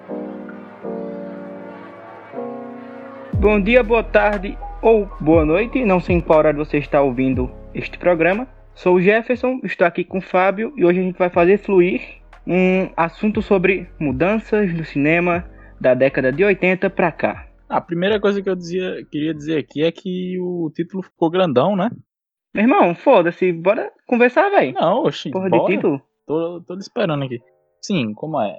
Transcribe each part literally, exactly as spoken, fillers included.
Bom dia, boa tarde ou boa noite, não sei em qual horário você está ouvindo este programa. Sou o Jefferson, estou aqui com o Fábio e hoje a gente vai fazer fluir um assunto sobre mudanças no cinema da década de oitenta pra cá. A primeira coisa que eu dizia, queria dizer aqui é que o título ficou grandão, né? Meu irmão, foda-se, bora conversar, velho. Não, oxi, Porra bora. de título? Tô, tô esperando aqui. Sim, como é?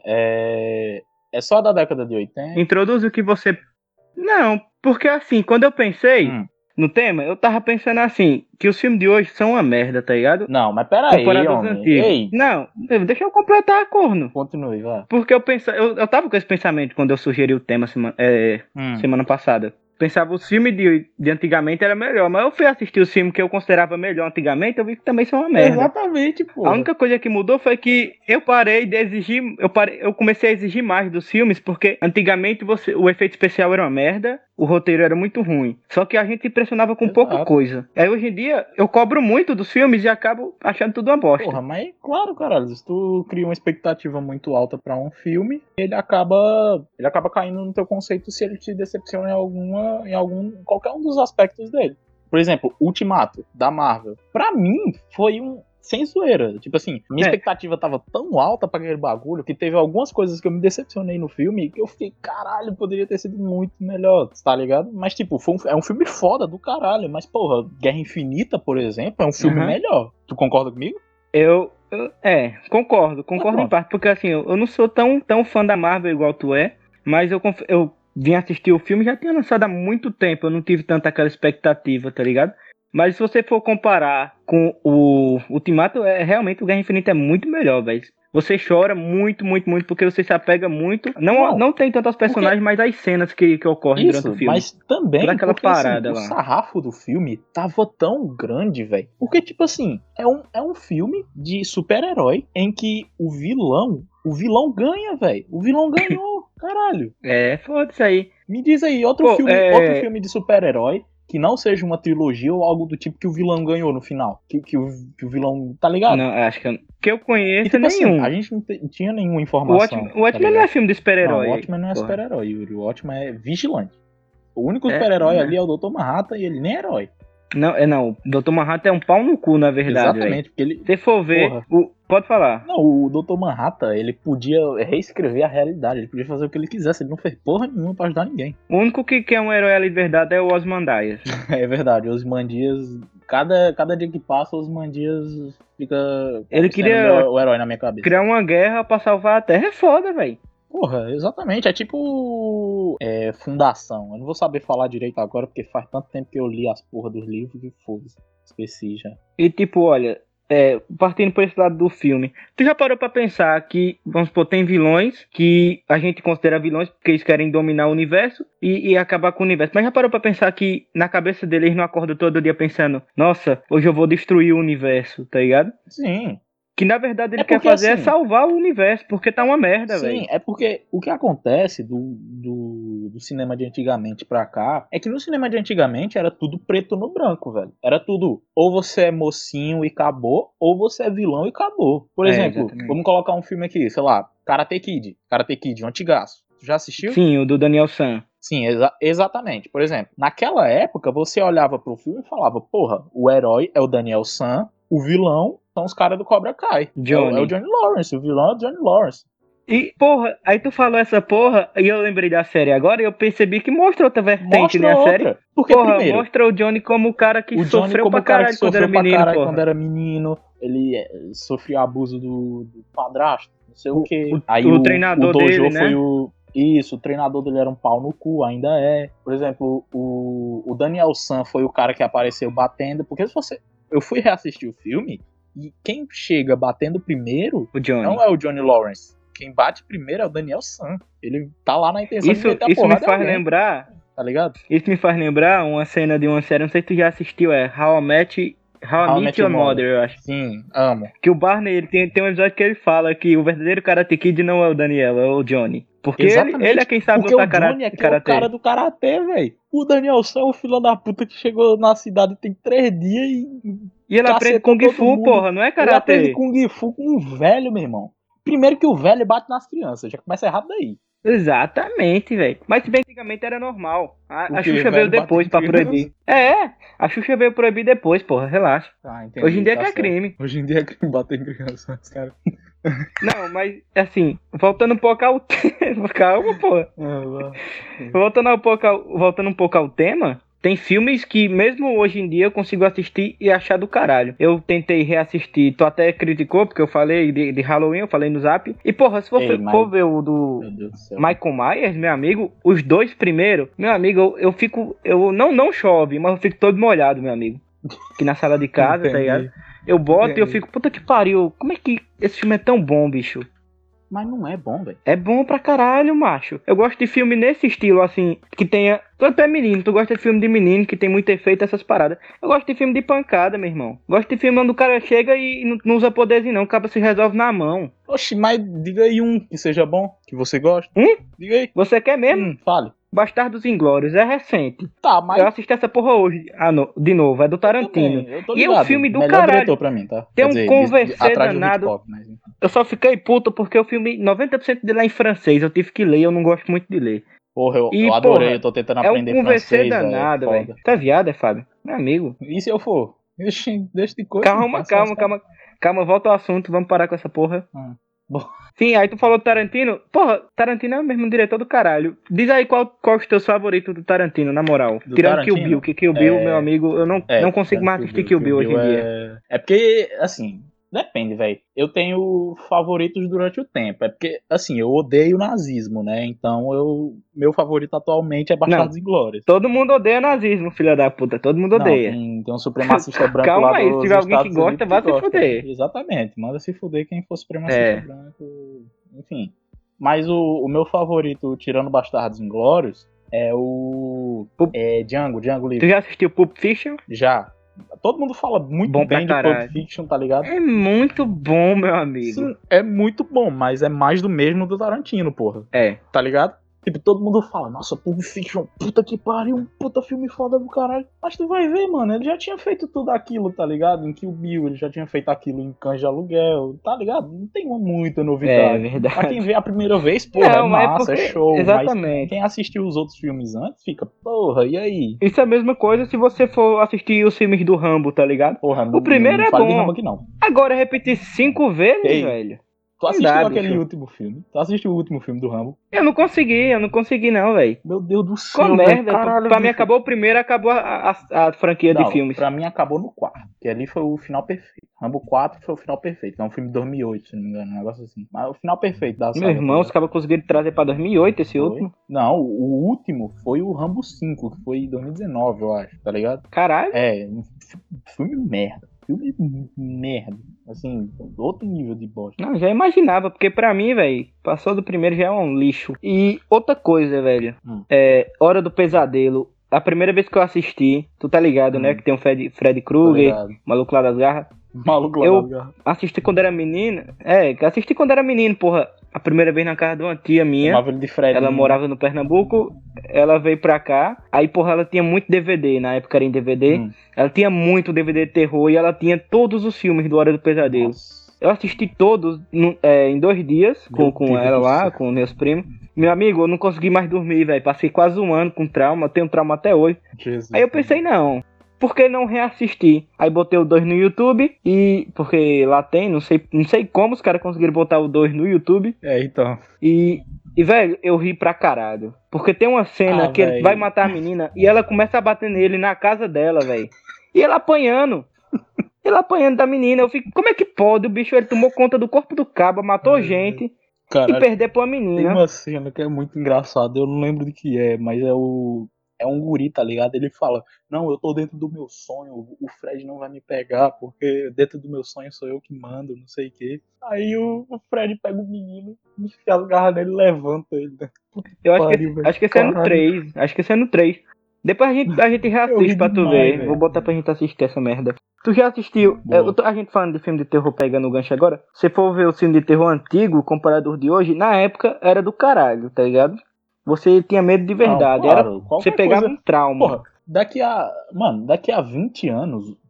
É, é só da década de oitenta? Introduz o que você... Não, porque assim, quando eu pensei Hum. no tema, eu tava pensando assim, que os filmes de hoje são uma merda, tá ligado? Não, mas peraí, Comparado aos homem. antigos. Ei, Não, deixa eu completar, corno. continue, vai. Porque eu pensava, eu, eu tava com esse pensamento quando eu sugeri o tema semana, é, Hum. semana passada. Pensava os filmes de, de antigamente era melhor, mas eu fui assistir os filmes que eu considerava melhor antigamente, eu vi que também são uma merda. Exatamente, pô. A única coisa que mudou foi que eu parei de exigir, eu, parei, eu comecei a exigir mais dos filmes, porque antigamente você, o efeito especial era uma merda, o roteiro era muito ruim. Só que a gente impressionava com Exato. pouca coisa. Aí hoje em dia eu cobro muito dos filmes e acabo achando tudo uma bosta. Porra, mas claro, caralho, se tu cria uma expectativa muito alta pra um filme, ele acaba, ele acaba caindo no teu conceito se ele te decepciona em alguma, em algum, qualquer um dos aspectos dele. Por exemplo, Ultimato, da Marvel. Pra mim, foi um... sem zoeira. Tipo assim, minha É. expectativa tava tão alta pra aquele bagulho que teve algumas coisas que eu me decepcionei no filme que eu fiquei, caralho, poderia ter sido muito melhor, tá ligado? Mas, tipo, foi um, é um filme foda do caralho. Mas, porra, Guerra Infinita, por exemplo, é um filme Uhum. melhor. Tu concorda comigo? Eu, eu- é, concordo, concordo Ah, em parte, porque assim, eu, eu não sou tão, tão fã da Marvel igual tu é, mas eu, conf- eu vim assistir o filme já tinha lançado há muito tempo, eu não tive tanta aquela expectativa, tá ligado? Mas se você for comparar com o Ultimato, é realmente o Guerra Infinita é muito melhor, velho. Você chora muito, muito, muito, porque você se apega muito. Não, Não, não tem tanto aos personagens, mas as cenas que, que ocorrem durante Isso, o filme. mas também Toda aquela porque assim, parada o lá. sarrafo do filme tava tão grande, velho. Porque, tipo assim, é um, é um filme de super-herói em que o vilão, o vilão ganha, velho. O vilão ganhou, caralho. É, foda-se aí. Me diz aí, outro, Pô, filme, é- outro filme de super-herói que não seja uma trilogia ou algo do tipo que o vilão ganhou no final. Que, que, o, que o vilão, tá ligado? Não, acho que eu, que eu E conheço tipo assim, nenhum. a gente não te- tinha nenhuma O informação. Watchmen, o Watchmen tá não é ligado? filme de Não, super-herói. o Watchmen não é porra. super-herói, Yuri. O Watchmen é vigilante. O único É, super-herói né? ali é o doutor Manhattan e ele nem é herói. Não, é não. O doutor Manhattan é um pau no cu, na verdade, velho. Exatamente, porque ele... Se for ver, Porra. o... pode falar. Não, o doutor Manhattan, ele podia reescrever a realidade, ele podia fazer o que ele quisesse, ele não fez porra nenhuma pra ajudar ninguém. O único que, que é um herói ali de verdade é o Ozymandias. É verdade, os Mandias, cada, cada dia que passa, os Mandias fica Ele sendo queria meu- o herói na minha cabeça. criar uma guerra pra salvar a Terra. É foda, velho. Porra, exatamente, é tipo é, fundação. Eu não vou saber falar direito agora, porque faz tanto tempo que eu li as porra dos livros que foda-se, esqueci já. E tipo, olha, é, partindo por esse lado do filme, tu já parou pra pensar que, vamos supor, tem vilões que a gente considera vilões porque eles querem dominar o universo e, e acabar com o universo. Mas já parou pra pensar que na cabeça deles eles não acordam todo dia pensando, nossa, hoje eu vou destruir o universo, tá ligado? Sim. Que na verdade ele É quer porque, fazer assim, é salvar o universo, porque tá uma merda, velho. Sim, é porque o que acontece do, do, do cinema de antigamente pra cá é que no cinema de antigamente era tudo preto no branco, velho. Era tudo, ou você é mocinho e acabou, ou você é vilão e acabou. Por É, exemplo, exatamente. vamos colocar um filme aqui, sei lá, Karate Kid. Karate Kid, um antigaço. Tu já assistiu? Sim, o do Daniel San. Sim, exa- exatamente. Por exemplo, naquela época você olhava pro filme e falava, porra, o herói é o Daniel San, o vilão são os caras do Cobra Kai. É o, é o Johnny. Johnny Lawrence, o vilão é o Johnny Lawrence. E, porra, aí tu falou essa porra e eu lembrei da série agora e eu percebi que mostra outra vertente, Mostra né, a série. outra. Porque, Porra, primeiro, mostra o Johnny como o cara que o Johnny sofreu como pra o cara caralho que quando era sofreu pra menino, caralho porra. quando era menino, ele é, sofreu abuso do, do padrasto, não sei o, O- que. o- Aí o o, treinador o Dojo dele, foi né? o... Isso, o treinador dele era um pau no cu, ainda é. Por exemplo, o, o Daniel San foi o cara que apareceu batendo, porque se você... Eu fui reassistir o filme, e quem chega batendo primeiro O Johnny. não é o Johnny Lawrence. Quem bate primeiro é o Daniel San. Ele tá lá na intenção Isso, de meter a isso me porrada em faz alguém, lembrar. tá ligado? Isso me faz lembrar uma cena de uma série, não sei se tu já assistiu, é How I Met, How I Met Your Mother, eu acho. Sim, amo. Que o Barney, ele tem, tem um episódio que ele fala que o verdadeiro Karate Kid não é o Daniel, é o Johnny. Porque ele, Exatamente, ele é quem sabe porque lutar o kara- Johnny é que é o karatê. cara do karatê, velho. O Daniel San é o filho da puta que chegou na cidade tem três dias e E ele aprende cacetou Kung todo Fu, mundo. porra, não é Ele aprende karatê. Kung Fu com um velho, meu irmão. Primeiro que o velho bate nas crianças, já começa errado daí. Exatamente, velho. Mas se bem que antigamente era normal. A, O a quê? Xuxa Velho veio depois pra bater em criança? proibir. É, a Xuxa veio proibir depois, porra, relaxa. Ah, entendi, Hoje em dia tá que é certo. crime. Hoje em dia é crime bater em criança, cara. Não, mas assim, voltando um pouco ao tema. Calma, porra. Voltando, um pouco ao, voltando um pouco ao tema, tem filmes que mesmo hoje em dia eu consigo assistir e achar do caralho. Eu tentei reassistir, tu até criticou, porque eu falei de, de Halloween, eu falei no Zap. E porra, se for, Ei, for mas- ver o do Meu Deus do céu. Michael Myers, meu amigo, os dois primeiros, meu amigo, eu, eu fico, eu não, não chove, mas eu fico todo molhado, meu amigo. Aqui na sala de casa, tá Entendi. ligado? Eu boto e eu Entendi. fico, puta que pariu, como é que esse filme é tão bom, bicho? Mas não é bom, velho. É bom pra caralho, macho. Eu gosto de filme nesse estilo, assim, que tenha... Tu é menino, tu gosta de filme de menino, que tem muito efeito, essas paradas. Eu gosto de filme de pancada, meu irmão. Gosto de filme onde o cara chega e não, não usa poderzinho não, o cara se resolve na mão. Oxi, mas diga aí um que seja bom, que você gosta. Hum? Diga aí. Você quer mesmo? Hum, fale. Bastardos Inglórios, é recente. Tá, mas... Eu assisti essa porra hoje, ah, não, de novo, é do Tarantino. Eu, também, eu tô E é um ligado. filme do Melhor caralho. diretor pra mim, tá? Tem Quer um dizer, de- conversê de- atrás do danado. Hitchcock, mas... enfim. Eu só fiquei puto porque o filme, noventa por cento dele é em francês, eu tive que ler, eu não gosto muito de ler. Porra, eu, E, eu adorei, porra, eu tô tentando É um aprender conversê francês, velho. danado, é velho. foda. Tá viado, é, Fábio? Meu amigo. E se eu for? Ixi, deixa de coisa. Calma, passa calma, as- calma. Calma, volta ao assunto, vamos parar com essa porra. Ah, bom. Sim, aí tu falou do Tarantino. Porra, Tarantino é o mesmo diretor do caralho. Diz aí qual, qual os teus favoritos do Tarantino, na moral. Do Tirando Kill Tarantino? Bill, que Kill Bill, É- meu amigo, eu não, É, não consigo mais assistir Kill Bill hoje em dia. É... é porque, assim, depende, velho. Eu tenho favoritos durante o tempo. É porque, assim, eu odeio o nazismo, né? Então, eu meu favorito atualmente é Bastardos Inglórios. Todo mundo odeia nazismo, filha da puta. Todo mundo Não, odeia. tem, tem um supremacista branco Calma lá aí, dos se tiver alguém que Estados gosta, Unidos vai se gosta. fuder. Exatamente, manda se fuder quem for supremacista É. branco. Enfim. Mas o, o meu favorito, tirando Bastardos Inglórios, é o Pulp- é Django, Django Tu Livre. já assistiu Pulp Fiction? Já. Todo mundo fala muito Bom pra bem de Pulp caralho. Fiction, tá ligado? É muito bom, meu amigo. Sim, é muito bom, mas é mais do mesmo do Tarantino, porra. É. Tá ligado? Tipo, todo mundo fala, nossa, Pulp Fiction, puta que pariu, um puta filme foda do caralho. Mas tu vai ver, mano, ele já tinha feito tudo aquilo, tá ligado? Em Kill Bill, ele já tinha feito aquilo em Cães de Aluguel, tá ligado? Não tem uma muita É novidade. verdade. Pra quem vê a primeira vez, porra, Não, é mas é massa, porque- é show. Mas Exatamente. quem assistiu os outros filmes antes fica, porra, e aí? Isso é a mesma coisa se você for assistir os filmes do Rambo, tá ligado? Porra, não, primeiro não é fala de bom. Rambo aqui não. Agora repetir cinco vezes, Ei. velho. Tu Não assistiu dá, aquele bicho. último filme? Tu assistiu o último filme do Rambo? Eu não consegui, eu não consegui não, velho. Meu Deus do céu, Ficou velho, merda. caralho, pra mim bicho. acabou o primeiro, acabou a, a, a franquia Não, de filmes. pra mim acabou no quatro, que ali foi o final perfeito. Rambo quatro foi o final perfeito, é um filme de dois mil e oito, se não me engano, um negócio assim. Mas o final perfeito da saga. Meu irmão, tá os caras conseguiram trazer pra dois mil e oito esse ligado? último. Foi? Não, o último foi o Rambo cinco, que foi em dois mil e dezenove, eu acho, tá ligado? Caralho. É, um fi- filme merda. Filme merda. Assim, outro nível de bosta. Não, já imaginava, porque pra mim, velho, passou do primeiro já é um lixo. E outra coisa, velho, Hum. é Hora do Pesadelo. A primeira vez que eu assisti, tu tá ligado, Hum. né? Que tem o Fred, Fred Tá Krueger, ligado? maluco lá das garras. Maluco lá Eu- das garras. Assisti quando era menino. É, assisti quando era menino, porra. A primeira vez na casa de uma tia minha. Chamava ele de Fred. Ela morava no Pernambuco, ela veio pra cá. Aí, porra, ela tinha muito D V D, na época era em D V D. Hum. Ela tinha muito D V D de terror e ela tinha todos os filmes do Hora do Pesadelo. Nossa. Eu assisti todos no- é, em dois dias com, Meu com Deus ela do lá, céu. com meus primos. Meu amigo, eu não consegui mais dormir, velho. Passei quase um ano com trauma, tenho trauma até hoje. Jesus. Aí eu pensei, não, por que não reassistir? Aí botei o dois no YouTube e... Porque lá tem, não sei, não sei como os caras conseguiram botar o dois no YouTube. É, então. E, e, velho, eu ri pra caralho. Porque tem uma cena Ah, que ele velho. vai matar a menina e ela começa a bater nele na casa dela, velho. E ela apanhando. Ele apanhando da menina. Eu fico, como é que pode? O bicho, ele tomou conta do corpo do cabo, matou Ai, gente e Caralho, perder pra uma tem menina. uma cena que é muito engraçada, eu não lembro de que é, mas é o. É um guri, tá ligado? Ele fala, não, eu tô dentro do meu sonho, o Fred não vai me pegar, porque dentro do meu sonho sou eu que mando, não sei o quê. Aí o, o Fred pega o menino, enfia as garras nele e levanta ele. né? Puta que Eu acho que, pariu, velho. acho que esse é no Caralho. três. Acho que esse é no três. Depois a gente, a gente Eu reassiste ri pra tu demais, ver. velho. Vou botar pra gente assistir essa merda. Tu já assistiu? Boa. é, eu tô- a gente falando de filme de terror pegando o gancho agora. Se for ver o filme de terror antigo comparado ao de hoje, na época era do caralho, tá ligado? Você tinha medo de verdade. Não, Era, claro, você qualquer pegava coisa- um trauma. Porra, daqui a. Mano, daqui a vinte anos,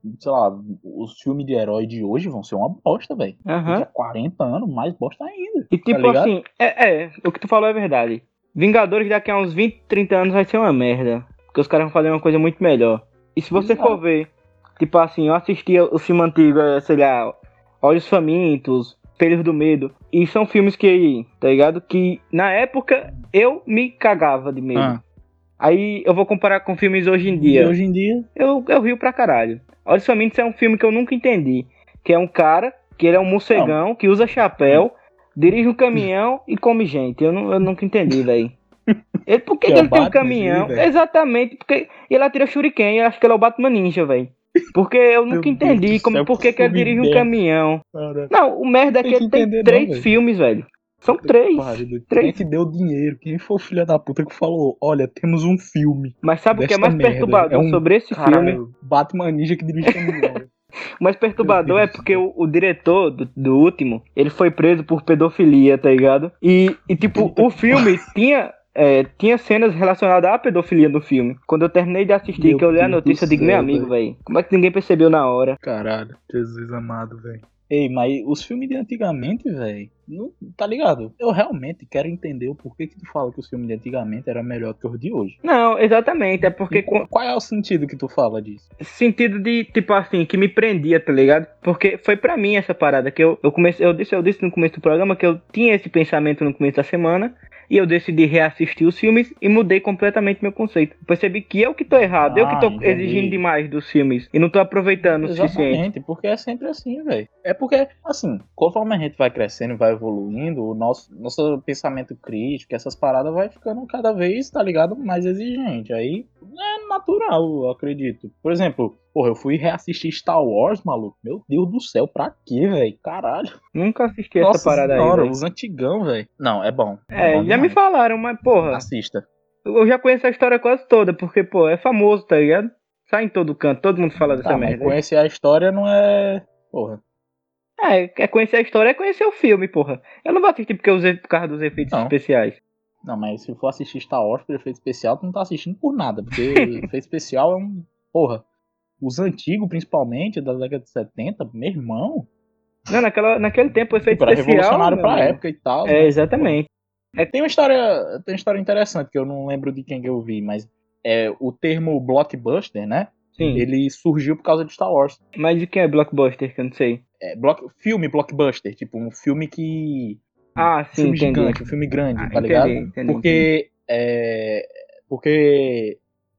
sei lá, os filmes de herói de hoje vão ser uma bosta, velho. Aham. Daqui a quarenta anos, mais bosta ainda. E tipo tá ligado? assim, é, é, o que tu falou é verdade. Vingadores daqui a uns vinte, trinta anos vai ser uma merda. Porque os caras vão fazer uma coisa muito melhor. E se você Exato. for ver, tipo assim, eu assistia o filme antigo, é, sei lá, Olhos Famintos, Espelhos do Medo. E são filmes que, tá ligado? Que na época eu me cagava de medo. Ah. Aí eu vou comparar com filmes hoje em E dia. hoje em dia, Eu, eu rio pra caralho. Olhos Famintos é um filme que eu nunca entendi. Que é um cara, que ele é um morcegão, que usa chapéu, dirige um caminhão e come gente. Eu, não, eu nunca entendi, velho. Ele, por que, Que que é o ele tem um Batman, caminhão? esse aí, velho. Exatamente, porque ele atira shuriken, eu acho que ele é o Batman Ninja, velho. Porque eu nunca Meu Deus entendi do como, céu, por que, que que ele filme dirige um merda. caminhão. Cara, Não, o merda é Tem que que ele tem entender não, três velho. filmes, velho. São puta que três. pariu, doido. três. Quem te deu dinheiro? Quem foi o filho da puta que falou, olha, temos um filme Mas sabe o que é desta mais merda. perturbador É um sobre esse filme? caralho, Batman Ninja que dirige caminhão. velho. O mais perturbador Meu é Deus porque do o, o diretor do, do último, ele foi preso por pedofilia, tá ligado? E, e tipo, Puta o que filme tinha, é, tinha cenas relacionadas à pedofilia no filme. Quando eu terminei de assistir, Meu que eu li a Deus do notícia, eu digo, meu céu, amigo, velho. velho, como é que ninguém percebeu na hora? Caralho, Jesus amado, velho. Ei, mas os filmes de antigamente, velho, não tá ligado? Eu realmente quero entender o porquê que tu fala que os filmes de antigamente eram melhor que os de hoje. Não, exatamente, é porque E qual, qual é o sentido que tu fala disso? sentido de, tipo assim, que me prendia, tá ligado? Porque foi pra mim essa parada que eu, eu comecei, eu disse, eu disse no começo do programa que eu tinha esse pensamento no começo da semana e eu decidi reassistir os filmes e mudei completamente meu conceito. Eu percebi que eu que tô errado, eu que Ah, tô entendi. exigindo demais dos filmes e não tô aproveitando o suficiente. Exatamente, porque é sempre assim, velho. É porque, assim, conforme a gente vai crescendo, vai evoluindo, o nosso, nosso pensamento crítico, essas paradas vai ficando cada vez, tá ligado, mais exigente. Aí é natural, eu acredito. Por exemplo, porra, eu fui reassistir Star Wars, maluco. Meu Deus do céu, pra quê, velho? Caralho. Nunca assisti Nossa essa parada senhora, aí, velho. os antigão, velho. Não, é bom. É, É, bom já me demais. falaram, mas porra, Assista. eu já conheço a história quase toda, porque, pô, é famoso, tá ligado? Sai em todo canto, todo mundo fala dessa Tá, mas merda aí. conhecer a história não é. Porra. É, é conhecer a história, é conhecer o filme, porra. Eu não vou assistir porque eu usei por causa dos efeitos Não. especiais. Não, mas se for assistir Star Wars por efeito especial, tu não tá assistindo por nada, porque efeito especial é um. Porra. Os antigos, principalmente, da década de setenta, meu irmão. Não, naquela, naquele tempo o efeito Tipo, era especial. revolucionário meu pra amigo, época e tal. É, mas, exatamente. porra. Tem uma história. Tem uma história interessante que eu não lembro de quem que eu vi, mas é, o termo blockbuster, né? Sim. Ele surgiu por causa de Star Wars. Mas de quem é blockbuster, que eu não sei. É, block, filme blockbuster, tipo, um filme que. Ah, Um sim, filme entendi. gigante, um filme grande, Ah, tá entendi, ligado? entendi, entendi. Porque. É, porque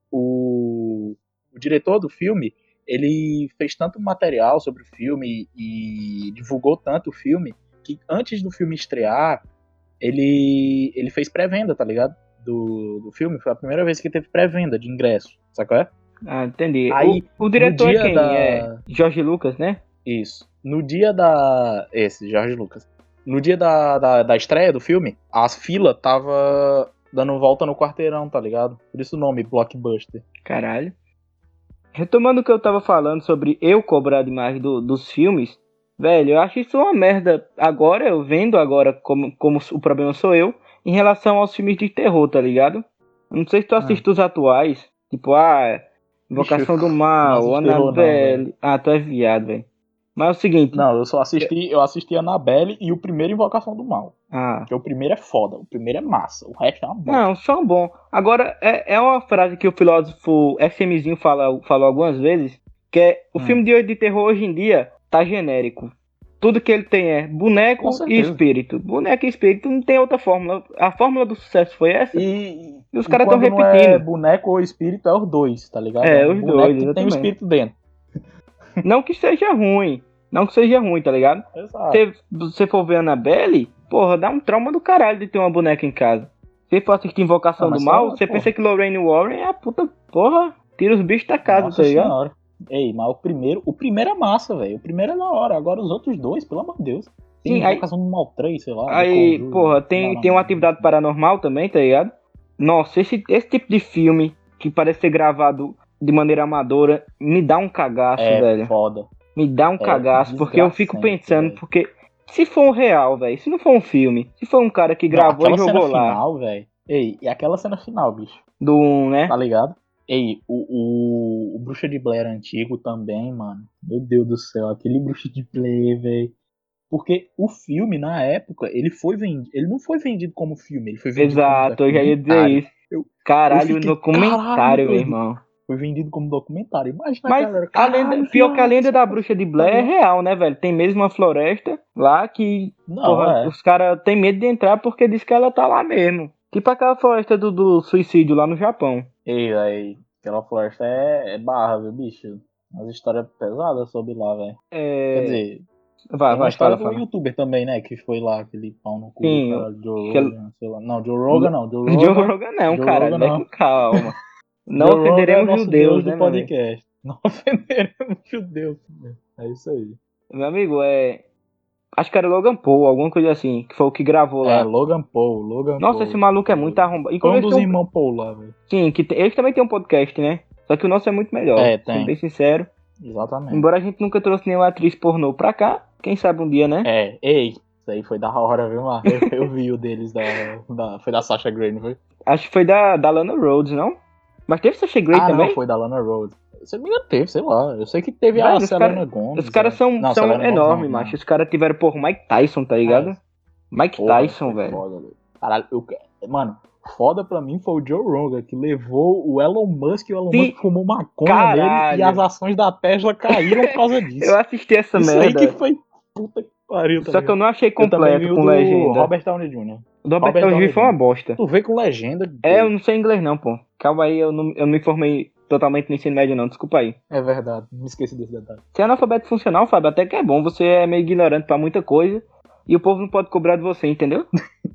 o, o diretor do filme, ele fez tanto material sobre o filme e divulgou tanto o filme que antes do filme estrear, ele, ele fez pré-venda, tá ligado? Do, do filme. Foi a primeira vez que teve pré-venda de ingresso, sacou? É? Ah, entendi. Aí, o, o diretor no dia é quem? da- É Jorge Lucas, né? Isso. No dia da. Esse, Jorge Lucas. No dia da, da, da estreia do filme, as filas tava dando volta no quarteirão, tá ligado? Por isso o nome, Blockbuster. Caralho. Retomando o que eu tava falando sobre eu cobrar demais do, dos filmes, velho, eu acho isso uma merda. Agora, eu vendo agora como, como o problema sou eu, em relação aos filmes de terror, tá ligado? Eu não sei se tu assiste os atuais, tipo, ah, Invocação do Não Mal, assisto terror, não, Annabelle. velho. Ah, tu é viado, velho. Mas é o seguinte. Não, eu só assisti, eu assisti Annabelle e o primeiro Invocação do Mal. Ah, Porque o primeiro é foda, o primeiro é massa, o resto é uma bosta. não, são bom. Agora, é, é uma frase que o filósofo SMzinho fala, falou algumas vezes, que é, o Hum. filme de, de terror hoje em dia tá genérico. Tudo que ele tem é boneco Com e certeza. espírito. Boneco e espírito não tem outra fórmula. A fórmula do sucesso foi essa. E, E os e caras tão quando não é repetindo. boneco ou espírito, é os dois, tá ligado? É, um os boneco dois, que tem o exatamente. espírito dentro. Não que seja ruim. Não que seja ruim, tá ligado? Exato. Se você for ver Annabelle, porra, dá um trauma do caralho de ter uma boneca em casa. Se for assistir Invocação Ah, mas do Mal, só- você porra. pensa que Lorraine Warren é a puta, porra, tira os bichos da casa, Nossa tá ligado? senhora. Ei, mas o primeiro, o primeiro é massa, velho. O primeiro é da hora. Agora os outros dois, pelo amor de Deus. Tem Sim, aí- Invocação do Mal três, sei lá. Aí, do Conjuro. porra, tem, Não, não, tem uma não. atividade paranormal também, tá ligado? Nossa, esse, esse tipo de filme que parece ser gravado de maneira amadora me dá um cagaço, É velho. foda. Me dá um É cagaço, porque eu fico desgracento, pensando, velho. porque se for um real, velho, se não for um filme, se for um cara que Não, gravou e aquela cena jogou lá, final, velho. Ei, e aquela cena final, bicho. do um, né? Tá ligado? Ei, o, o, o Bruxa de Blair antigo também, mano. Meu Deus do céu, aquele Bruxa de Blair, velho. Porque o filme, na época, ele foi vendido. Ele não foi vendido como filme, ele foi vendido como Exato, eu já ia dizer documentário. isso. Eu, eu Caralho, fiquei, caralho, documentário, meu doido. irmão. Foi vendido como documentário. Imagina, Mas galera. a lenda, Caralho, pior que a viado, lenda isso da é Bruxa de tá Blair é ligado? real, né, velho? Tem mesmo uma floresta lá que, Não, porra, é. os caras têm medo de entrar porque diz que ela tá lá mesmo. Tipo aquela floresta do, do suicídio lá no Japão. Ei, velho. Aquela floresta é, é barra, viu, bicho? Umas histórias pesadas sobre lá, velho. Quer É. dizer, Vai, tem uma vai, história fala, do fala. youtuber também, né? Que foi lá, aquele pau no cu do Sim, cara, Joe que... Rogan, sei lá. Não, Joe Rogan não, Joe Joe Rogan. Rogan não, Joe caralho, Rogan vai com não. calma. Não Joe Rogan é ofenderemos nosso judeus, deus né, do meu amigo? podcast. Não ofenderemos judeus. É isso aí. Meu amigo, é. Acho que era Logan Paul, alguma coisa assim, que foi o que gravou É, lá. Logan Paul, Logan Nossa, esse Paul. maluco é muito arrombado. Foi um Inclusive, dos tem um... irmãos Paul lá, velho. Sim, que tem... eles também têm um podcast, né? Só que o nosso é muito melhor, É, sendo tem. bem sincero. Exatamente. Embora a gente nunca trouxe nenhuma atriz pornô pra cá, quem sabe um dia, né? É, ei, isso aí foi da hora, viu, mano? Eu, eu vi o deles da, da. Foi da Sasha Grey, não foi? Acho que foi da, da Lana Rhodes, não? Mas teve Sasha Grey Ah, também? não, foi da Lana Rhodes. Se não me engano, teve, sei lá. Eu sei que teve Velho, a os Selena caras Gomez. os caras é. são, Não, são Selena Gomez enormes, não, macho. não. Os caras tiveram, porra, Mike Tyson, tá ligado? É. Mike Porra, Tyson, foi velho. foda, velho. Caralho, eu... mano, foda pra mim foi o Joe Rogan, que levou o Elon Musk e o Elon Sim, Musk fumou maconha nele e as caralho. ações da Tesla caíram por causa disso. Eu assisti essa Isso aí que merda. foi puta que pariu, tá Só que eu ligado? não achei Eu também vi completo o com do legenda. Robert Downey júnior O do Robert Robert Downey Downey foi uma júnior bosta. Tu vê com legenda. É, eu doido. não sei inglês não, pô. Calma aí, eu não, eu não me formei totalmente no ensino médio não, desculpa aí. É verdade, me esqueci desse detalhe. Ser analfabeto funcional, Fábio, até que é bom. Você é meio ignorante pra muita coisa e o povo não pode cobrar de você, entendeu?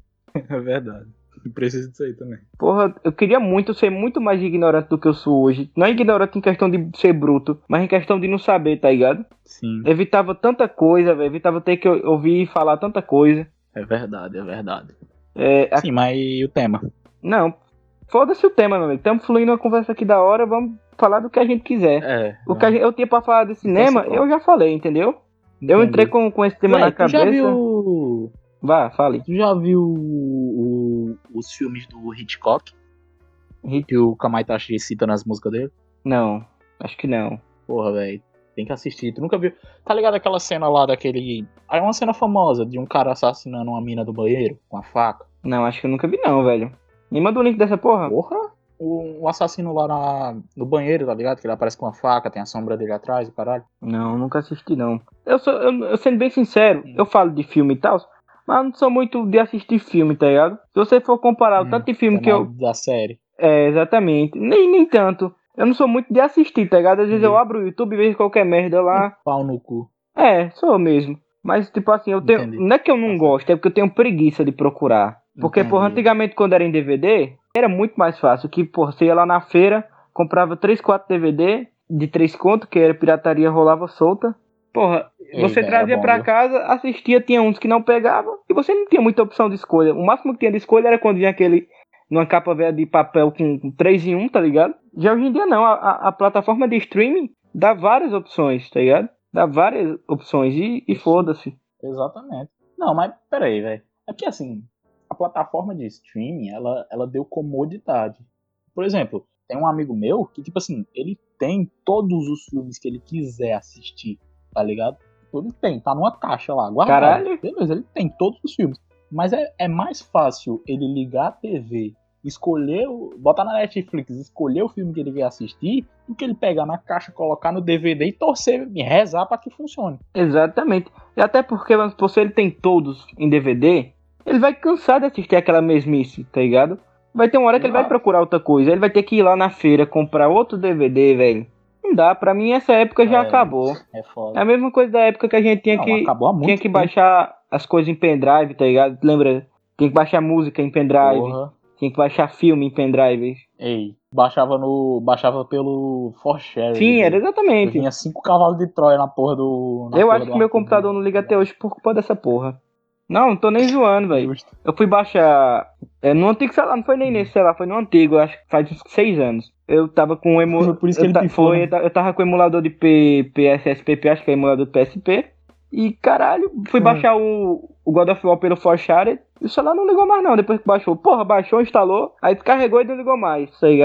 É verdade. Eu preciso disso aí também. Porra, eu queria muito ser muito mais ignorante do que eu sou hoje. Não é ignorante em questão de ser bruto, mas em questão de não saber, tá ligado? Sim. Evitava tanta coisa, velho. Evitava ter que ouvir falar tanta coisa. É verdade, é verdade. É, a... Sim, mas e o tema? Não, foda-se o tema, meu amigo. Estamos fluindo uma conversa aqui da hora, vamos falar do que a gente quiser. É. O que a gente, eu tinha pra falar de cinema, Então, eu já falei, entendeu? Entendi. Eu entrei com, com esse tema Véi, na tu cabeça. já viu. Vá, fale. Tu já viu o, o, os filmes do Hitchcock? Hit... Que o Kamaitachi cita nas músicas dele? Não, acho que não. Porra, velho. Tem que assistir. Tu nunca viu. Tá ligado aquela cena lá daquele. É uma cena famosa de um cara assassinando uma mina do banheiro com a faca. Não, acho que eu nunca vi não, velho. Me manda o link dessa porra. Porra! O, o assassino lá na, no banheiro, tá ligado? Que ele aparece com uma faca, tem a sombra dele atrás, o caralho. Não, nunca assisti não. Eu sou, eu, eu sendo bem sincero, eu falo de filme e tal, mas eu não sou muito de assistir filme, tá ligado? Se você for comparar Hum, o tanto de filme é que eu... Da série. É, exatamente. Nem, nem tanto. Eu não sou muito de assistir, tá ligado? Às vezes eu Entendi. abro o YouTube e vejo qualquer merda lá. Pau no cu. É, sou mesmo. Mas, tipo assim, eu tenho... Entendi. Não é que eu não gosto, é porque eu tenho preguiça de procurar. Porque, Entendi. porra, antigamente quando era em D V D, era muito mais fácil. Que, porra, você ia lá na feira, comprava três, quatro D V D de três conto, que era pirataria, rolava solta. Porra, Ei, você véio, trazia era bom, pra viu? casa, assistia, tinha uns que não pegavam, e você não tinha muita opção de escolha. O máximo que tinha de escolha era quando vinha aquele, numa capa velha de papel com, com três em um, tá ligado? Já hoje em dia não, a, a, a plataforma de streaming dá várias opções, tá ligado? Dá várias opções, e, e foda-se. Exatamente. Não, mas peraí, velho. É que assim, a plataforma de streaming, ela, ela deu comodidade. Por exemplo, tem um amigo meu que, tipo assim, ele tem todos os filmes que ele quiser assistir, tá ligado? Ele tem, tá numa caixa lá, guardado. Caralho. Beleza, ele tem todos os filmes. Mas é, é mais fácil ele ligar a T V, escolher, o, botar na Netflix, escolher o filme que ele quer assistir, do que ele pegar na caixa, colocar no D V D e torcer, e rezar pra que funcione. Exatamente. E até porque, vamos supor, se ele tem todos em D V D, ele vai cansar de assistir aquela mesmice, tá ligado? Vai ter uma hora que ele vai Exato. procurar outra coisa. Ele vai ter que ir lá na feira comprar outro D V D, velho. Não dá, pra mim essa época já É, acabou. É É foda. a mesma coisa da época que a gente tinha Não, que acabou há muito tinha que tempo. baixar as coisas em pendrive, tá ligado? Lembra? Tinha que baixar música em pendrive, Porra. tinha que baixar filme em pendrive. Ei, baixava no. Baixava pelo ForShare. Sim, era Eu exatamente. vinha cinco cavalos de Troia na porra do. Na Eu porra acho do que meu arquivo. computador não liga até hoje por culpa dessa porra. Não, não tô nem zoando, velho. Justo. Eu fui baixar. É, no antigo celular, não foi nem nesse celular, foi no antigo, acho que faz uns seis anos. Eu tava com um emulador. Foi por isso que eu ele ta- pifou, foi, né? eu ta- eu tava com o emulador de P- PSSPP, acho que é emulador de P S P. E caralho, fui Hum. baixar o, o God of War pelo ForShare e o celular não ligou mais não, depois que baixou. Porra, baixou, instalou, aí descarregou e não ligou mais, tá ligado?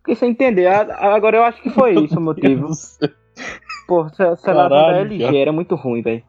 Fiquei sem entender. A- Agora eu acho que foi isso o motivo. Pô, essa essa lata da L G era muito ruim, velho.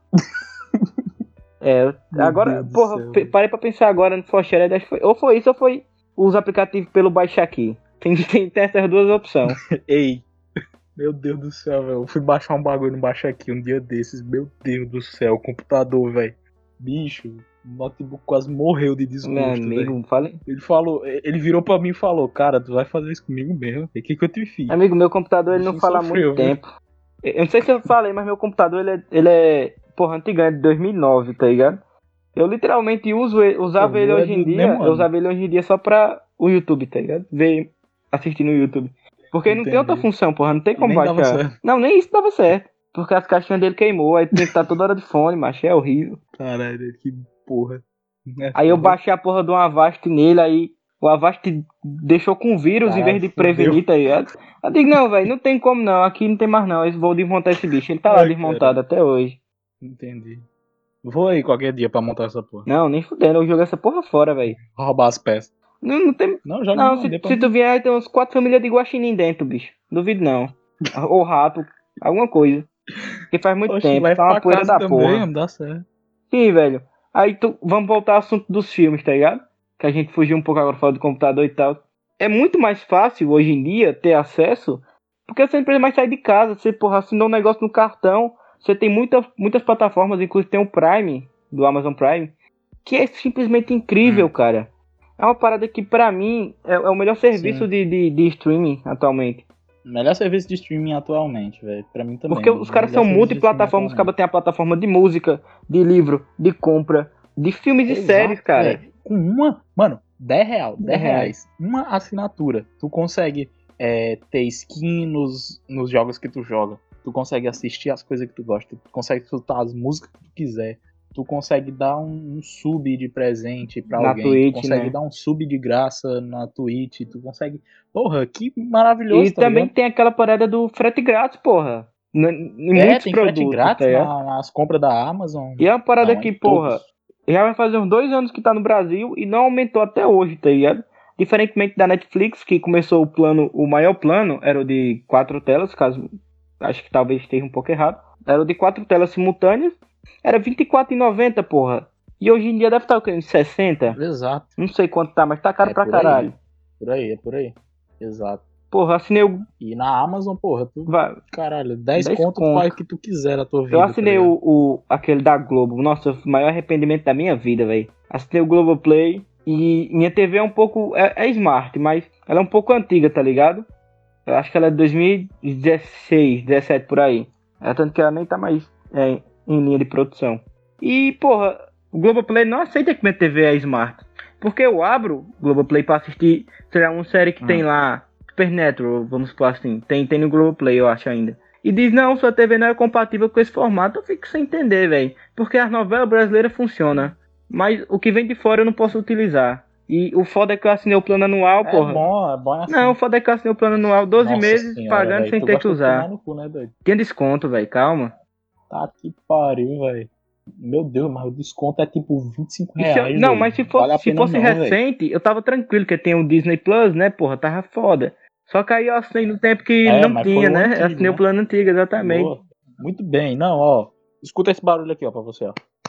É, Meu agora, Deus do porra, céu, pe- velho. parei pra pensar agora no Forshared, acho que foi, ou foi isso ou foi os aplicativos pelo Baixa Aqui. Tem, tem, tem essas duas opções. Ei, meu Deus do céu, velho. Eu fui baixar um bagulho no Baixa Aqui um dia desses. Meu Deus do céu, o computador, velho. Bicho, o notebook quase morreu de Meu desgosto, velho. amigo, falei. Ele falou, ele virou pra mim e falou, cara, tu vai fazer isso comigo mesmo? O que que eu te fiz? Amigo, meu computador ele não Bichinho fala há muito sofreu, viu? tempo. Eu não sei se eu falei, mas meu computador ele é, ele é porra, antigão, é de dois mil e nove, tá ligado? Eu literalmente uso ele, Pô, usava o ele meu é hoje em do dia, mesmo eu ano. usava ele hoje em dia só pra o YouTube, tá ligado? Ver, assistir no YouTube. Porque não tem outra Entendi. função, porra, não tem E como nem dava baixar. certo. Não, nem isso dava certo. Porque as caixinhas dele queimou, aí tinha que estar toda hora de fone, macho, é horrível. Caralho, que porra. É Aí eu foda. baixei a porra de um Avast nele, aí o Avast deixou com vírus em Caralho, vez de fudeu. prevenir, tá ligado? Eu digo, não, velho, não tem como não, aqui não tem mais não, eu vou desmontar esse bicho. Ele tá lá Ai, desmontado cara. até hoje. Entendi. Vou aí qualquer dia pra montar essa porra. Não, nem fudendo, eu jogo essa porra fora, velho. Roubar as peças. Não, não tem... Não, joga Não, não, se, depois se tu vier aí tem uns quatro famílias de guaxinim dentro, bicho. Duvido não. Ou rato, alguma coisa. Porque faz muito Oxe, tempo, leva tá uma pra poeira casa da também, porra. não dá certo. Sim, velho. Aí tu, vamos voltar ao assunto dos filmes, tá ligado? Que a gente fugiu um pouco agora fora do computador e tal. É muito mais fácil hoje em dia ter acesso, porque você não precisa mais sair de casa. Você, porra, assinou um negócio no cartão. Você tem muita, muitas plataformas, inclusive tem o Prime, do Amazon Prime, que é simplesmente incrível, Hum. cara. É uma parada que, pra mim, é, é o melhor serviço Sim. de, de, de streaming atualmente. Melhor serviço de streaming atualmente, velho. Pra mim também. Porque os caras Melhor são serviço de streaming multiplataformas, os atualmente. caras têm a plataforma de música, de livro, de compra, de filmes e séries, Exato, cara. velho. Com uma, mano, dez real, dez dez reais. Uma assinatura. Tu consegue é, ter skin nos, nos jogos que tu joga. Tu consegue assistir as coisas que tu gosta. Tu consegue escutar as músicas que tu quiser. Tu consegue dar um, um sub de presente pra Na alguém. Twitch, tu consegue né? dar um sub de graça na Twitch. Tu consegue. Porra, que E maravilhoso, tá também ligado? tem aquela parada do frete grátis, porra. N- Em É, muitos tem frete produtos, tá grátis ligado? na- nas compras da Amazon. E é uma parada Não, que, em porra, todos. já vai fazer uns dois anos que tá no Brasil e não aumentou até hoje, tá ligado? Diferentemente da Netflix, que começou o plano, o maior plano era o de quatro telas, caso acho que talvez esteja um pouco errado. Era o de quatro telas simultâneas, era vinte e quatro reais e noventa centavos, porra. E hoje em dia deve estar o quê? Uns sessenta? Exato. Não sei quanto tá, mas tá caro É pra por aí. caralho. Por aí, é por aí. Exato. Porra, assinei o. E na Amazon, porra, tu. vai, Caralho, dez dez conto tu conto. faz o que tu quiser na tua vida. Eu tá assinei ligado? o, o aquele da Globo. Nossa, o maior arrependimento da minha vida, velho. Assinei o Globoplay. E minha T V é um pouco. É, é smart, mas ela é um pouco antiga, tá ligado? Eu acho que ela é de dois mil e dezesseis, dezessete por aí. É tanto que ela nem tá mais é, em linha de produção. E, porra, o Globoplay não aceita que minha T V é smart. Porque eu abro o Globoplay pra assistir, sei lá, uma série que Hum. tem lá, Supernatural, vamos supor assim. Tem, tem no Globoplay, eu acho ainda. E diz, não, sua T V não é compatível com esse formato. Eu fico sem entender, velho. Porque as novelas brasileiras funcionam. Mas o que vem de fora eu não posso utilizar. E o foda é que eu assinei o plano anual, É porra. bom, é bom assim. Não, o foda é que eu assinei o plano anual doze Nossa meses senhora, pagando véio, sem tu ter que gosta de tomar usar. no cu, né, doido? Tinha desconto, velho, calma. Tá que pariu, velho. Meu Deus, mas o desconto é tipo vinte e cinco E se eu- reais. não, doido. mas se Vale fosse, a se pena fosse não, véio. recente, eu tava tranquilo, que tem o Disney Plus, né, porra, tava foda. Só que aí eu assinei no tempo que É, não mas tinha, foi o né? Eu antigo, assinei o né? plano antigo, exatamente. Boa. Muito bem. Não, ó. Escuta esse barulho aqui, ó, pra você, ó.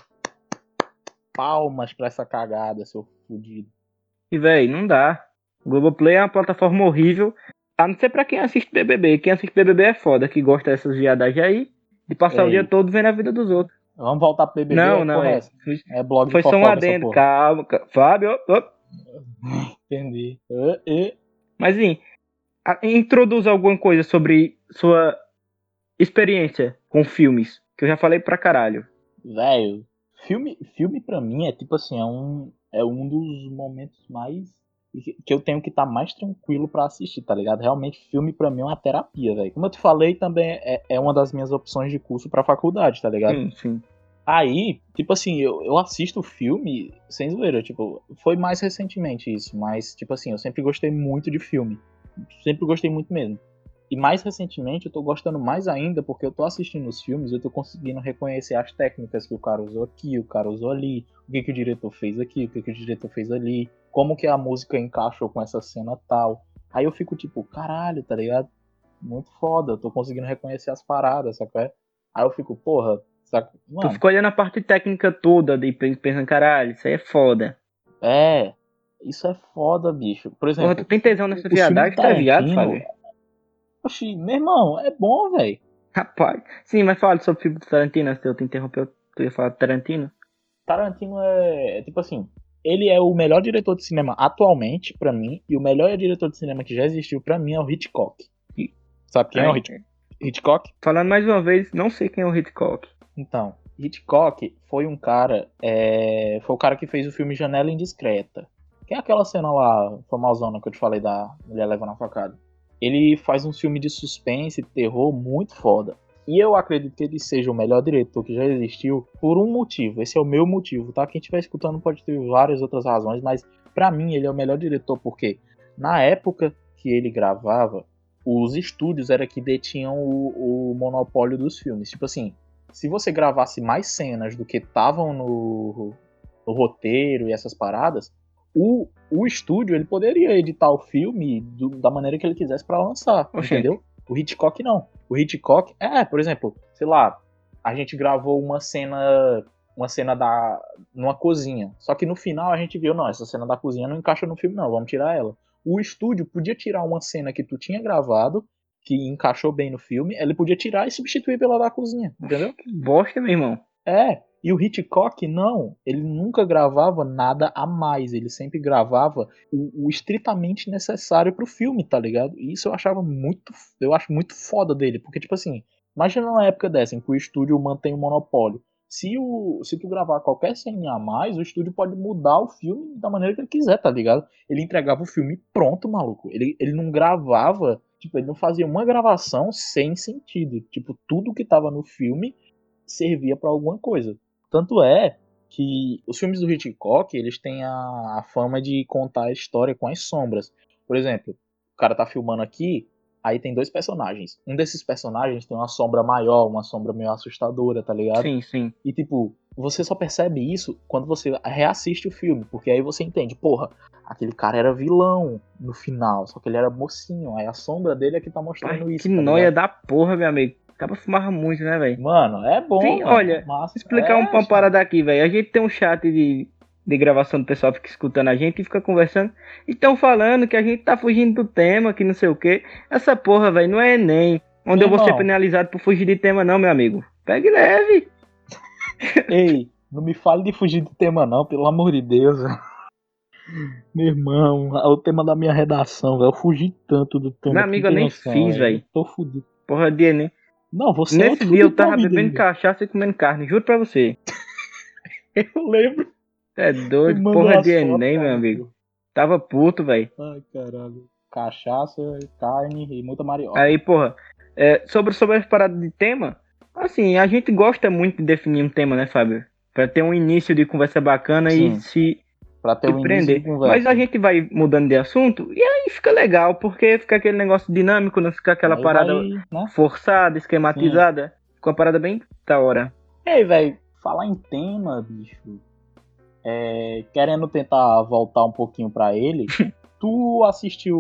Palmas pra essa cagada, seu fudido. E, velho, não dá. O Globoplay é uma plataforma horrível. A não ser pra quem assiste B B B. Quem assiste B B B é foda, que gosta dessas viadagens aí, de passar Ei. o dia todo vendo a vida dos outros. Vamos voltar pro B B B? Não, é, não, porra, é. essa? É blog Foi de só um fofoca essa adendo, porra. calma, calma. Fábio, op, op. Entendi. E, e... Mas, assim, a- introduz alguma coisa sobre sua experiência com filmes, que eu já falei pra caralho. Velho, filme, filme pra mim é tipo assim, é um, é um dos momentos mais que que eu tenho que estar mais tranquilo pra assistir, tá ligado? Realmente, filme pra mim é uma terapia, velho. Como eu te falei, também é, é uma das minhas opções de curso pra faculdade, tá ligado? Sim, sim. Aí, tipo assim, eu, eu assisto filme sem zoeira, tipo, foi mais recentemente isso, mas, tipo assim, eu sempre gostei muito de filme. Sempre gostei muito mesmo. E mais recentemente eu tô gostando mais ainda porque eu tô assistindo os filmes e eu tô conseguindo reconhecer as técnicas que o cara usou aqui, o cara usou ali, o que, que o diretor fez aqui, o que, que o diretor fez ali, como que a música encaixou com essa cena tal. Aí eu fico tipo, caralho, tá ligado? Muito foda, eu tô conseguindo reconhecer as paradas, sabe? Aí eu fico, porra, sabe? Tu Mano, ficou olhando a parte técnica toda e pensando, caralho, isso aí é foda. é, isso é foda, bicho. Por Porra, tu exemplo, tem tesão nessa os filmes do viadagem, tu é viado, Tarantino, Fábio? oxi, meu irmão, é bom, velho. Rapaz. Sim, mas fala sobre o filme do Tarantino, se eu te interrompeu, tu ia falar do Tarantino? Tarantino é, é tipo assim, ele é o melhor diretor de cinema atualmente, pra mim, e o melhor diretor de cinema que já existiu pra mim é o Hitchcock. E- Sabe quem é o Aí, Hitch- Hitchcock? falando mais uma vez, não sei quem é o Hitchcock. Então, Hitchcock foi um cara, é, foi o cara que fez o filme Janela Indiscreta, que é aquela cena lá, famosona que eu te falei da mulher levando a facada. Ele faz um filme de suspense, terror muito foda. E eu acredito que ele seja o melhor diretor que já existiu por um motivo. Esse é o meu motivo, tá? Quem estiver escutando pode ter várias outras razões, mas pra mim ele é o melhor diretor porque na época que ele gravava, os estúdios era que detinham o, o monopólio dos filmes. Tipo assim, se você gravasse mais cenas do que estavam no, no roteiro e essas paradas, o, o estúdio ele poderia editar o filme do, da maneira que ele quisesse pra lançar, Oxente. entendeu? O Hitchcock não. O Hitchcock, é, por exemplo, sei lá, a gente gravou uma cena, uma cena da numa cozinha. Só que no final a gente viu, não, essa cena da cozinha não encaixa no filme não, vamos tirar ela. O estúdio podia tirar uma cena que tu tinha gravado, que encaixou bem no filme, ele podia tirar e substituir pela da cozinha, entendeu? Que bosta, meu irmão. É, e o Hitchcock não, ele nunca gravava nada a mais, ele sempre gravava o, o estritamente necessário pro filme, tá ligado? E isso eu achava muito, eu acho muito foda dele, porque tipo assim, imagina uma época dessa em que o estúdio mantém o monopólio. Se, o, se tu gravar qualquer cena a mais, o estúdio pode mudar o filme da maneira que ele quiser, tá ligado? Ele entregava o filme pronto, maluco. Ele, ele não gravava, tipo, ele não fazia uma gravação sem sentido. Tipo, tudo que tava no filme servia pra alguma coisa. Tanto é que os filmes do Hitchcock, eles têm a, a fama de contar a história com as sombras. Por exemplo, o cara tá filmando aqui, aí tem dois personagens. Um desses personagens tem uma sombra maior, uma sombra meio assustadora, tá ligado? Sim, sim. E tipo, você só percebe isso quando você reassiste o filme, porque aí você entende, porra, aquele cara era vilão no final, só que ele era mocinho, aí a sombra dele é que tá mostrando Ai, isso, que tá noia ligado? da porra, meu amigo. Acaba fumava muito, né, velho? Mano, é bom, Sim, mano, olha, é massa. explicar um- É, uma parada aqui, velho. A gente tem um chat de, de gravação do pessoal que fica escutando a gente e fica conversando. E estão falando que a gente tá fugindo do tema, que não sei o que. Essa porra, velho, não é Enem, onde meu eu vou ser irmão, penalizado por fugir de tema, não, meu amigo. Pegue leve. ei, não me fale de fugir do tema não, pelo amor de Deus. Meu irmão, é o tema da minha redação, velho. Eu fugi tanto do Meu tema, tu não amigo, eu tem nem noção, fiz, velho. Eu velho. tô fudido. Porra de Enem. Não, você é Nesse outro dia eu fudido da tava vida bebendo ainda. cachaça e comendo carne, juro pra você. Eu lembro. É Tu doido, mandou porra as de fotos, Enem, meu amigo. maluco. Tava puto, velho. Ai, caralho. Cachaça, carne e muita mariola. Aí, porra, é, sobre, sobre as paradas de tema, assim, a gente gosta muito de definir um tema, né, Fábio? Pra ter um início de conversa bacana e Sim, se, pra ter se um início de prender. Mas conversa. a gente vai mudando de assunto e aí fica legal, porque fica aquele negócio dinâmico, não fica aquela Aí vai, parada né? forçada, Sim. esquematizada. Fica uma parada bem da hora. Ei, velho, falar em tema, bicho. É, querendo tentar voltar um pouquinho pra ele, tu assistiu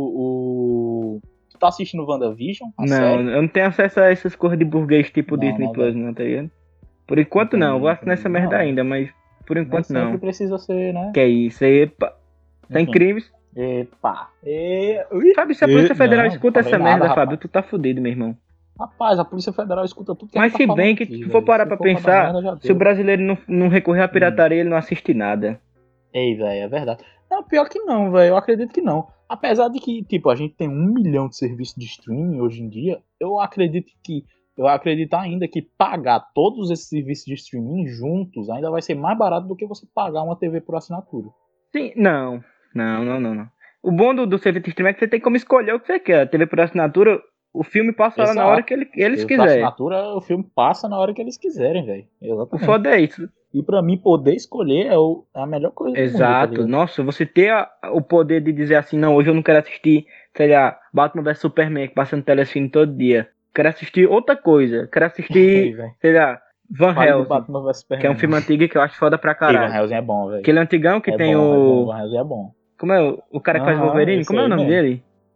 o. Tu tá assistindo WandaVision, a Não, série? eu não tenho acesso a essas coisas de burguês tipo Não, Disney né, Plus, velho? não, tá ligado? Por enquanto não, eu Entendi, vou assinar entendi. essa merda Não, ainda, mas por nem enquanto sempre não. precisa ser, né? Que é isso aí, pá. Tá em Enfim. crimes. Epa. E... Ui. Fábio, se a E... Polícia Federal Não, escuta falei essa nada, merda, Fábio, rapaz. tu tá fudido, meu irmão. Rapaz, a Polícia Federal escuta tudo que a Mas gente tá se falando bem que aqui, tu for velho. parar Se pra for pra dar pensar, merda, já se o deu. brasileiro não, não recorrer à Hum. pirataria, ele não assiste nada. Ei, velho, é verdade. Não, pior que não, velho. Eu acredito que não. Apesar de que, tipo, a gente tem um milhão de serviços de streaming hoje em dia, eu acredito que. Eu acredito ainda que pagar todos esses serviços de streaming juntos ainda vai ser mais barato do que você pagar uma T V por assinatura. Sim, não. Não, não, não, não. O bom do, do serviço de streaming é que você tem como escolher o que você quer. A T V por assinatura, o filme passa lá na hora Exato. que ele, eles Por quiserem. assinatura, o filme passa na hora que eles quiserem, velho. O Exatamente. foda é isso. E pra mim, poder escolher é, o, é a melhor coisa do mundo, tá Exato. ligado? Nossa, você ter a- o poder de dizer assim, não, hoje eu não quero assistir, sei lá, Batman vs Superman, que passa no telecine todo dia. Quero assistir outra coisa. Quero Ei, assistir, velho. sei lá, Van Fale de Helsing, Batman vs que é um Superman. filme antigo que eu acho foda pra Ei, Van caralho. Helsing é bom, velho. Aquele antigão que É tem bom, é bom. o... Van Helsing é bom. Como é o, o cara que faz Aham, Wolverine? esse Como é o aí nome mesmo. dele?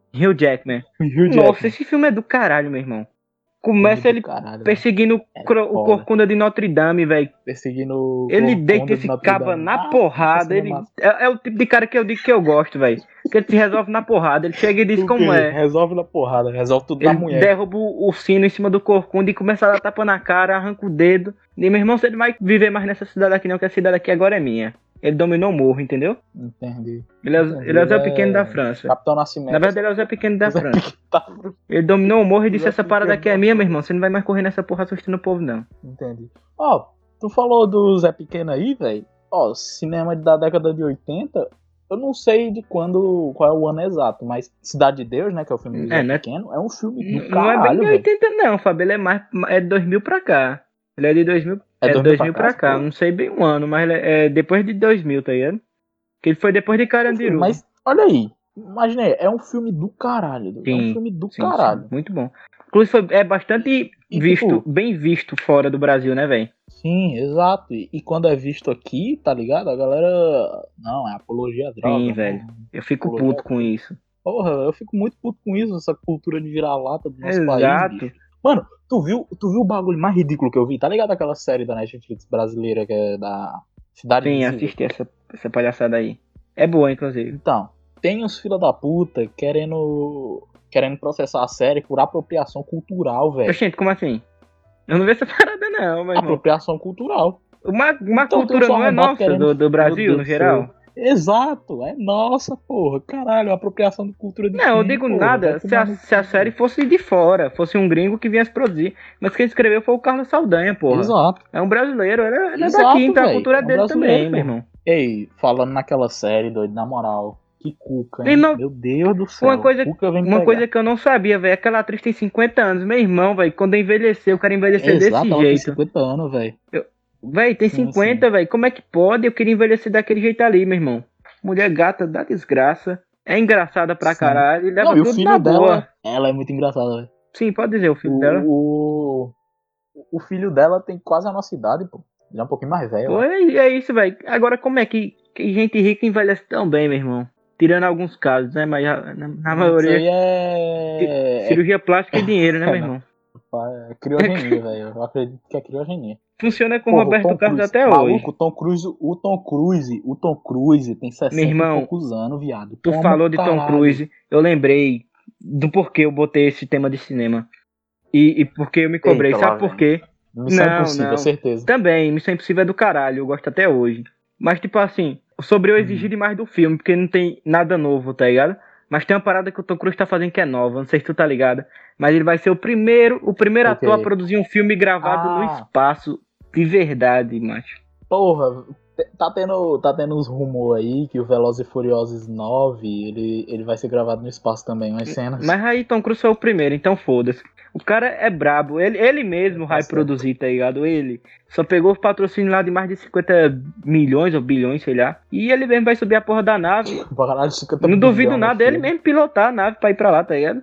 Hugh Jackman. Hugh Nossa, Jackman. esse filme é do caralho, meu irmão. Começa Filme ele do caralho, perseguindo É cro- o foda. Corcunda de Notre Dame, velho. Perseguindo o Ele Corcunda deita de esse Notre caba Dame. na Ah, porrada. essa cena é Ele massa. é, é o tipo de cara que eu digo que eu gosto, velho. Que ele se resolve na porrada. Ele chega e diz O como quê? é. Resolve na porrada, resolve tudo na Ele mulher. derruba o, o sino em cima do Corcunda e começa a dar tapa na cara, arranca o dedo. E meu irmão, você não vai viver mais nessa cidade aqui não, que a cidade aqui agora é minha. Ele dominou o morro, entendeu? Entendi. Ele é, Entendi. ele é o Zé Ele Pequeno é da França. Capitão Nascimento. Na verdade, ele é o Zé Pequeno da Zé França. Pequeno. Ele dominou o morro e disse: Zé essa parada Pequeno aqui é da minha, meu França. irmão. Você não vai mais correr nessa porra assustando o povo, não. Entendi. Ó, tu falou do Zé Pequeno aí, velho. Ó, cinema da década de oitenta, eu não sei de quando, qual é o ano exato, mas Cidade de Deus, né, que é o filme do É, Zé né? Pequeno, é um filme do N- Não é bem caralho, de velho. oitenta, não, Fábio. Ele é mais. É de dois mil pra cá. Ele é de dois mil. É É de dois mil dois pra mil cá, pra cá. pô? Não sei bem o ano, mas ele é é depois de dois mil, tá ligado? Que ele foi depois de Carandiru. Mas, olha aí, imagina aí, é um filme do caralho, é um Sim, filme do sim, caralho. sim, muito bom. Inclusive, foi, é bastante E, visto, tipo, bem visto fora do Brasil, né, velho? sim, exato. E, e quando é visto aqui, tá ligado? A galera. Não, é apologia à droga. Sim, não. velho. Eu fico Apologia puto com isso. Porra, eu fico muito puto com isso, essa cultura de vira-lata do nosso país, Exato. bicho. Mano, tu viu, tu viu o bagulho mais ridículo que eu vi? Tá ligado aquela série da Netflix brasileira que é da Cidade Sim, Invisível? assisti essa, essa palhaçada aí. É boa, inclusive. Então, tem uns fila da puta querendo querendo processar a série por apropriação cultural, velho. Gente, como assim? Eu não vi essa parada, não, meu irmão. Apropriação cultural. Uma, uma Então, cultura tem um não é arrombado nossa, querendo- do, do Meu Brasil, Deus no do geral? céu. Exato, é nossa, porra. Caralho, apropriação de cultura de Não, eu quem, digo porra? nada Vai se tomar a, no se a cu. série fosse de fora, fosse um gringo que viesse produzir. Mas quem escreveu foi o Carlos Saldanha, porra. Exato. É um brasileiro, ele é, ele é Exato, daqui, então a véi. cultura É é um dele brasileiro, também, meu porra. irmão. Ei, falando naquela série, doido, na moral, que cuca, hein? Meu irmão, Meu Deus do céu. Uma coisa, Cuca vem me uma pegar. coisa que eu não sabia, velho, aquela atriz tem cinquenta anos. Meu irmão, velho, quando envelheceu, o cara envelhecer Exato, desse ela tem jeito. cinquenta anos, velho. Véi, tem Sim, cinquenta, velho. Como é que pode? Eu queria envelhecer daquele jeito ali, meu irmão. Mulher gata da desgraça. É engraçada pra Sim. caralho e leva Não, e o tudo filho na dela, boa. ela é muito engraçada, velho. Sim, pode dizer o filho dela. O, o, o filho dela tem quase a nossa idade, pô. Ele é um pouquinho mais velho. Pô, ó. é, é isso, velho. Agora, como é que, que gente rica envelhece tão bem, meu irmão? Tirando alguns casos, né? Mas a- na, na Isso aí maioria, é. é cirurgia plástica e dinheiro, né, meu É, não. irmão? é criogenia, velho. Eu acredito que é criogenia. Funciona com o Porra, o Roberto Tom Carlos Cruise, até maluco, hoje. o Tom Cruise, o Tom Cruise, o Tom Cruise tem sessenta irmão, e poucos anos, viado. Tu Toma falou um de Tom caralho. Cruise, eu lembrei do porquê eu botei esse tema de cinema. E, e porque eu me cobrei. Eita, lá Sabe por vem. quê? Missão Não, Impossível, não. certeza. Também, Missão Impossível é do caralho, eu gosto até hoje. Mas, tipo assim, sobre eu exigir Hum. demais do filme, porque não tem nada novo, tá ligado? Mas tem uma parada que o Tom Cruise tá fazendo que é nova, não sei se tu tá ligado. Mas ele vai ser o primeiro, o primeiro O ator a quê? produzir um filme gravado no Ah. espaço de verdade, macho. Porra, te- tá tendo, tá tendo uns rumores aí que o Velozes e Furiosos nove, ele, ele vai ser gravado no espaço também, umas cenas. Mas aí Tom Cruise foi o primeiro, então foda-se. O cara é brabo, ele, ele mesmo Tá vai certo. produzir, tá ligado? Ele só pegou os patrocínios lá de mais de cinquenta milhões ou bilhões, sei lá. E ele mesmo vai subir a porra da nave. Caralho, cinquenta Não duvido bilhão no nada dele filme. mesmo pilotar a nave pra ir pra lá, tá ligado?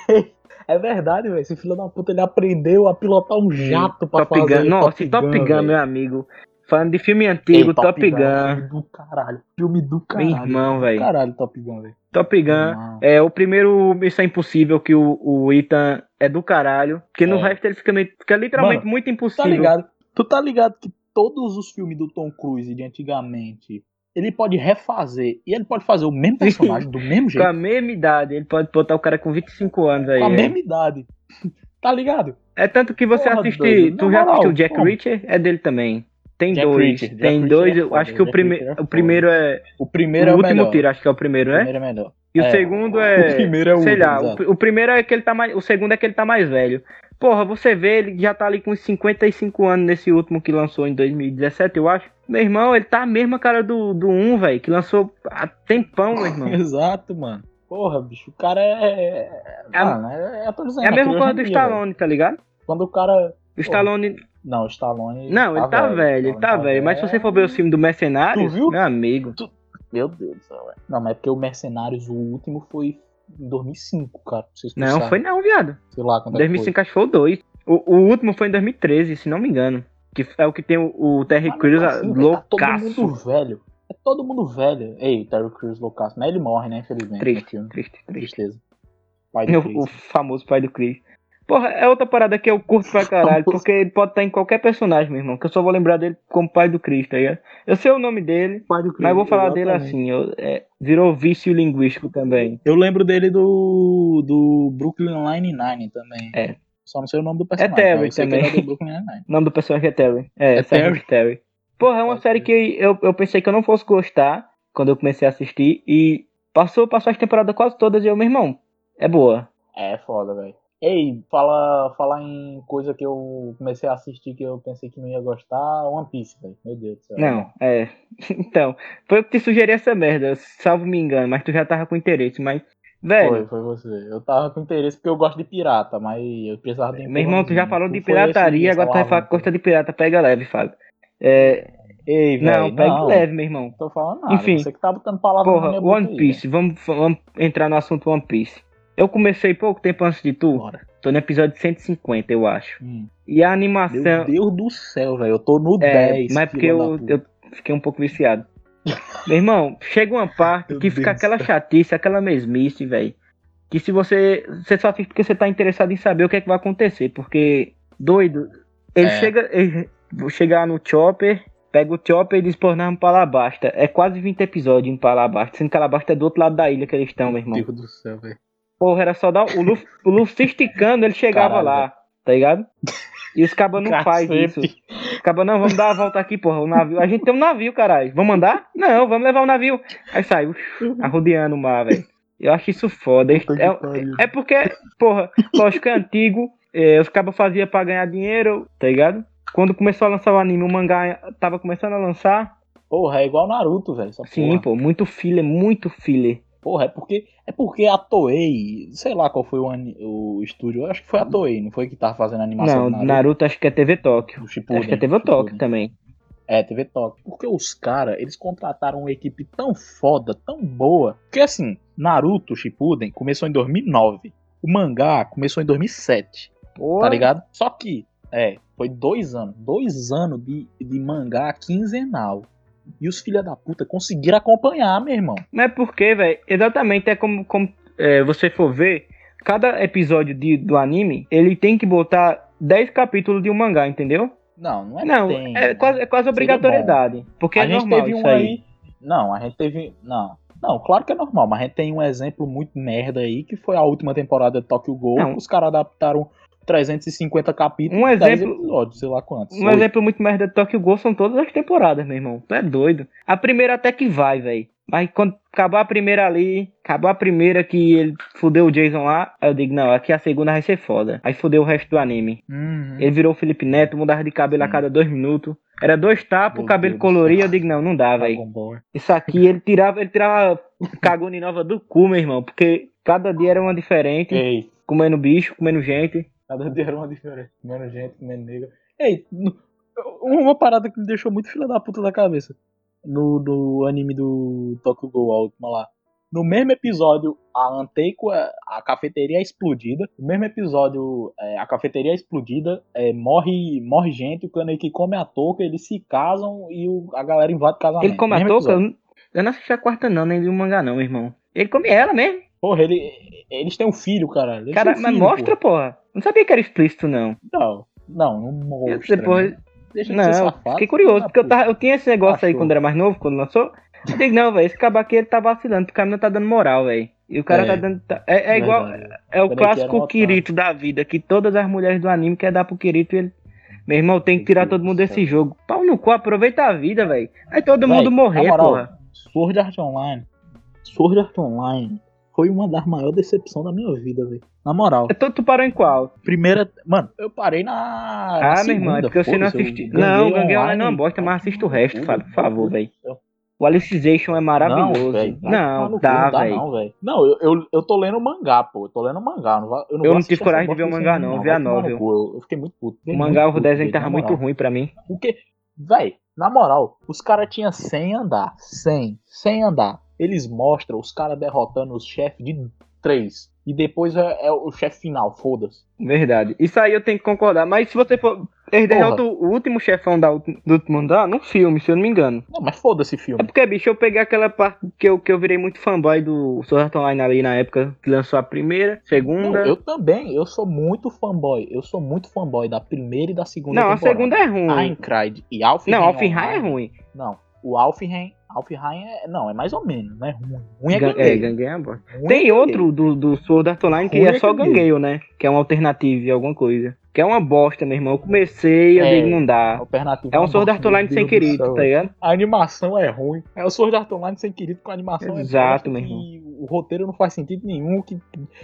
É verdade, velho. Esse filho da puta, ele aprendeu a pilotar um jato pra Top fazer Gun. Nossa, Top Top Gun, velho. meu amigo. Falando de filme Ei, antigo, Top é um Gun. filme do caralho. Filme do caralho. irmão, do velho. Caralho, Top Gun, velho. Top Gun Irmão. é o primeiro Missão Impossível que o, o Ethan é do caralho. Porque no É. resto ele fica, meio, fica literalmente Mano, muito Tá impossível. ligado? Tu tá ligado que todos os filmes do Tom Cruise de antigamente, ele pode refazer e ele pode fazer o mesmo personagem do mesmo Com jeito, a mesma idade, ele pode botar o cara com vinte e cinco anos aí. com a é. mesma idade. Tá ligado? É tanto que você Porra, assiste. doido, Tu na já moral, assistiu Jack como? Reacher? É dele também. Tem Jack dois. Reacher, Jack tem Reacher dois. é eu foda, acho que o, Jack prime... Reacher é o foda. primeiro é. O primeiro o é o último melhor. tiro, acho que é o primeiro, O né? primeiro é melhor. E o É. segundo é. O primeiro é o sei último, lá, exato. o, o primeiro é que ele tá mais. O segundo é que ele tá mais velho. Porra, você vê, ele já tá ali com uns cinquenta e cinco anos nesse último que lançou em dois mil e dezessete, eu acho. Meu irmão, ele tá a mesma cara do, do um, velho, que lançou há tempão, meu irmão. Exato, mano. Porra, bicho, o cara é. É a- Mano, é, é, eu tô dizendo, É a mesma coisa do criogenia, velho. Stallone, tá ligado? Quando o cara. O Stallone. Não, o Stallone. Não, ele tá velho, ele tá velho. Mas se você for ver o filme do Mercenários, Tu viu? meu amigo. Meu Deus do céu, velho. Não, mas é porque o Mercenários, o último, foi em dois mil e cinco, cara. Não sei se tu Não, sabe. foi não, viado. Sei lá quando Em é que dois mil e cinco acho que foi o dois. O, o último foi em dois mil e treze, se não me engano. Que é o que tem o, o Terry foi. Crews Mas, assim, velho, tá todo loucaço. mundo velho. É todo mundo velho. Ei, o Terry Crews loucaço. Mas ele morre, né, infelizmente. no Triste, filme. triste, triste. Tristeza. pai do O, Chris. o famoso pai do Chris. Porra, é outra parada que eu curto pra caralho, porque ele pode estar em qualquer personagem, meu irmão, que eu só vou lembrar dele como pai do Chris, tá ligado? Eu sei o nome dele, Pai do Chris, mas eu vou falar dele exatamente. assim, eu- é, virou vício linguístico também. Eu lembro dele do, do Brooklyn Nine-Nine também. É. Só não sei o nome do É personagem, Terry mas eu sei também. que ele é do Brooklyn Nine-Nine. O nome do personagem é Terry. É, É Sargento Terry. Porra, é uma Pode série ser. que eu, eu pensei que eu não fosse gostar quando eu comecei a assistir, e passou, passou as temporadas quase todas e eu, meu irmão, é boa. É foda, velho. Ei, fala, falar em coisa que eu comecei a assistir que eu pensei que não ia gostar, One Piece, velho. Meu Deus do céu. Não, é. Então, foi eu que te sugeri essa merda, salvo me engano, mas tu já tava com interesse, mas, velho, Foi, foi você. Eu tava com interesse porque eu gosto de pirata, mas eu precisava de um meu irmão, tu já empurrãozinho. falou Tu de foi esse, pirataria, essa agora tu vai falar que alavanca. gosta de pirata, pega leve, Fábio. É, Ei, não, velho, pega não. leve, meu irmão. Não tô falando nada. Enfim, Você que tá botando palavra na porra, minha boca One aí, Piece, vamos, vamos entrar no assunto One Piece. Eu comecei pouco tempo antes de tu, Bora. tô no episódio cento e cinquenta, eu acho. Hum. E a Meu animação. Deus do céu, velho. Eu tô no É, dez, mas porque filho da eu, puta. eu fiquei um pouco viciado. Meu irmão, chega uma parte Meu que fica Deus do aquela céu. chatice, aquela mesmice, velho. Que se você. Você só assiste porque você tá interessado em saber o que é que vai acontecer. Porque, doido, ele É. chega. Ele, vou chegar no Chopper, pega o Chopper e diz, pô, nós vamos pra Alabasta. É quase vinte episódios indo pra Alabasta, sendo que Alabasta é do outro lado da ilha que eles estão, meu irmão. Meu Deus do céu, velho. Porra, era só dar. O Luffy, o Luffy se esticando, ele chegava Caralho, lá, tá ligado? E os cabas não faz isso. Cacete. Os cabas, não, vamos dar a volta aqui, porra. O navio. A gente tem um navio, caralho. Vamos andar? Não, vamos levar o navio. Aí sai, ux, arrodeando o mar, velho. Eu acho isso foda. Puta que É, pariu. é porque, porra, lógico que é antigo. É, os cabas faziam pra ganhar dinheiro, tá ligado? Quando começou a lançar o anime, o mangá tava começando a lançar. Porra, é igual Naruto, velho. essa Sim, porra. pô, muito filler, muito filler. Porra, é porque, é porque a Toei, sei lá qual foi o, ani- o estúdio, eu acho que foi a Toei, não foi que tava fazendo a animação Não, do Naruto? Naruto acho que é T V Tóquio. Do Shippuden, Acho que é T V Shippuden. Tóquio também. É, T V Tóquio. Porque os caras, eles contrataram uma equipe tão foda, tão boa. Porque assim, Naruto Shippuden começou em dois mil e nove. O mangá começou em dois mil e sete, Porra. tá ligado? Só que, é, foi dois anos. Dois anos de, de mangá quinzenal. E os filha da puta conseguiram acompanhar, meu irmão. Mas é porque, velho, exatamente é como, como é, você for ver, cada episódio de, do anime, ele tem que botar dez capítulos de um mangá, entendeu? Não, não é Não, que tem. é quase, é quase Seria obrigatoriedade. Porque a é gente normal teve isso um aí. aí. Não, a gente teve. Não. Não, claro que é normal, mas a gente tem um exemplo muito merda aí, que foi a última temporada de Tokyo Ghoul, Não. que os caras adaptaram trezentos e cinquenta capítulos, Um dez exemplo- episódios, sei lá quantos. Um Oito. exemplo muito merda de Tokyo Ghoul são todas as temporadas, meu irmão. Tu é doido. A primeira até que vai, velho. Mas quando acabar a primeira ali, acabar a primeira que ele fudeu o Jason lá, aí eu digo, não, aqui a segunda vai ser foda. Aí fudeu o resto do anime. Uhum. Ele virou o Felipe Neto, mudava de cabelo a Sim. cada dois minutos. Era dois tapas, Meu o cabelo Deus do coloria, céu. eu digo, não, não dá, velho. Dragon Ball. Isso aqui ele tirava, ele tirava cagone nova do cu, meu irmão. Porque cada dia era uma diferente. Ei, Comendo bicho, comendo gente. cada dia era uma diferença. Menos gente, menos negro. Ei, no- uma parada que me deixou muito filha da puta da cabeça. No, no anime do Tokyo Ghoul, a última lá. No mesmo episódio, a Anteiko, é- a cafeteria é explodida. No mesmo episódio, é, a cafeteria é explodida, é, morre, morre gente, o Kaneki come a touca, eles se casam e o- a galera invade o casamento. Ele come a Mesmo touca, eu episódio. não- eu não assisti a quarta não, nem vi o mangá não, meu irmão. Ele come ela mesmo. Porra, ele, eles têm um filho, caralho. Eles Cara, têm um mas filho, mostra, porra. Não sabia que era explícito, não. porra. Não, não, não Eu mostra. depois- né? Deixa de ser Não, safado. fiquei curioso, filho da porque eu, puta. tava, eu tinha esse negócio aí Cachorro. quando era mais novo, quando lançou. Eu digo, não, velho, esse cabo aqui ele tá vacilando, porque o cara não tá dando moral, velho. E o cara É. tá dando. tá- é, é igual. Verdade. É o Peraí que era um clássico otário. Kirito da vida, que todas as mulheres do anime querem dar pro Kirito e ele. Meu irmão, tem que Meu tirar Deus todo do mundo céu. desse jogo. Pau no cu, aproveita a vida, velho. Aí todo Véi, mundo morrer, na moral, porra. Sword Art Online. Sword Art Online foi uma das maiores decepções da minha vida, velho. Na moral. Tu, tu parou em qual? Primeira. Mano, eu parei na. na Ah, meu irmão, é segunda, porque você não foda-se, eu assistiu. ganguei Não, Gangue Online não é uma bosta, mas assista o resto, Fábio, por favor, velho. O Alicization é maravilhoso. Não, velho. vai tomar Não, no cu, dá, não dá, velho. não, velho. Não, eu, eu, eu tô lendo mangá, pô. Eu tô lendo mangá. Não, vai- eu não, Eu vou não assistir tive coragem essa de ver o bosta mangá, sem não, mim, eu vi a vai tomar no novel. cu, Eu, eu fiquei muito puto. Fiquei O muito mangá, o puto, desenho velho, tava na muito moral. ruim pra mim. Porque, véi, na moral, os caras tinham cem andar. cem. cem andar. Eles mostram os caras derrotando os chefes de três. E depois é, é o chefe final, foda-se. Verdade. Isso aí eu tenho que concordar. Mas se você for. Ele Porra. derrota o último chefão da, ulti- do último andar num filme, se eu não me engano. Não, mas foda-se É filme. porque, bicho, eu peguei aquela parte que eu, que eu virei muito fanboy do Sword Art Online ali na época que lançou a primeira, segunda. Não, eu também, eu sou muito fanboy. Eu sou muito fanboy da primeira e da segunda Não, a temporada. segunda é ruim. Aincrad e Alfheim Não, Alfheim é Online. ruim. Não, o Alfheim, Alfheim é, não, é mais ou menos, não é ruim. Ruim é Gan- É, gangueio. Ganguei é bosta. Ruim é Tem gangueio. outro do, do Sword Art Online que Ruim é é só gangueio. gangueio, né? Que é uma alternativa, alguma coisa. Que é uma bosta, meu irmão. Eu comecei e eu É, digo, não dá. Alternativa É um uma Sword Art bosta, Online meu sem Deus do querido, céu, tá velho. ligado? A animação é ruim. É o Sword Art Online sem querido com a animação Exato, é meu bosta irmão. e o roteiro não faz sentido nenhum. Que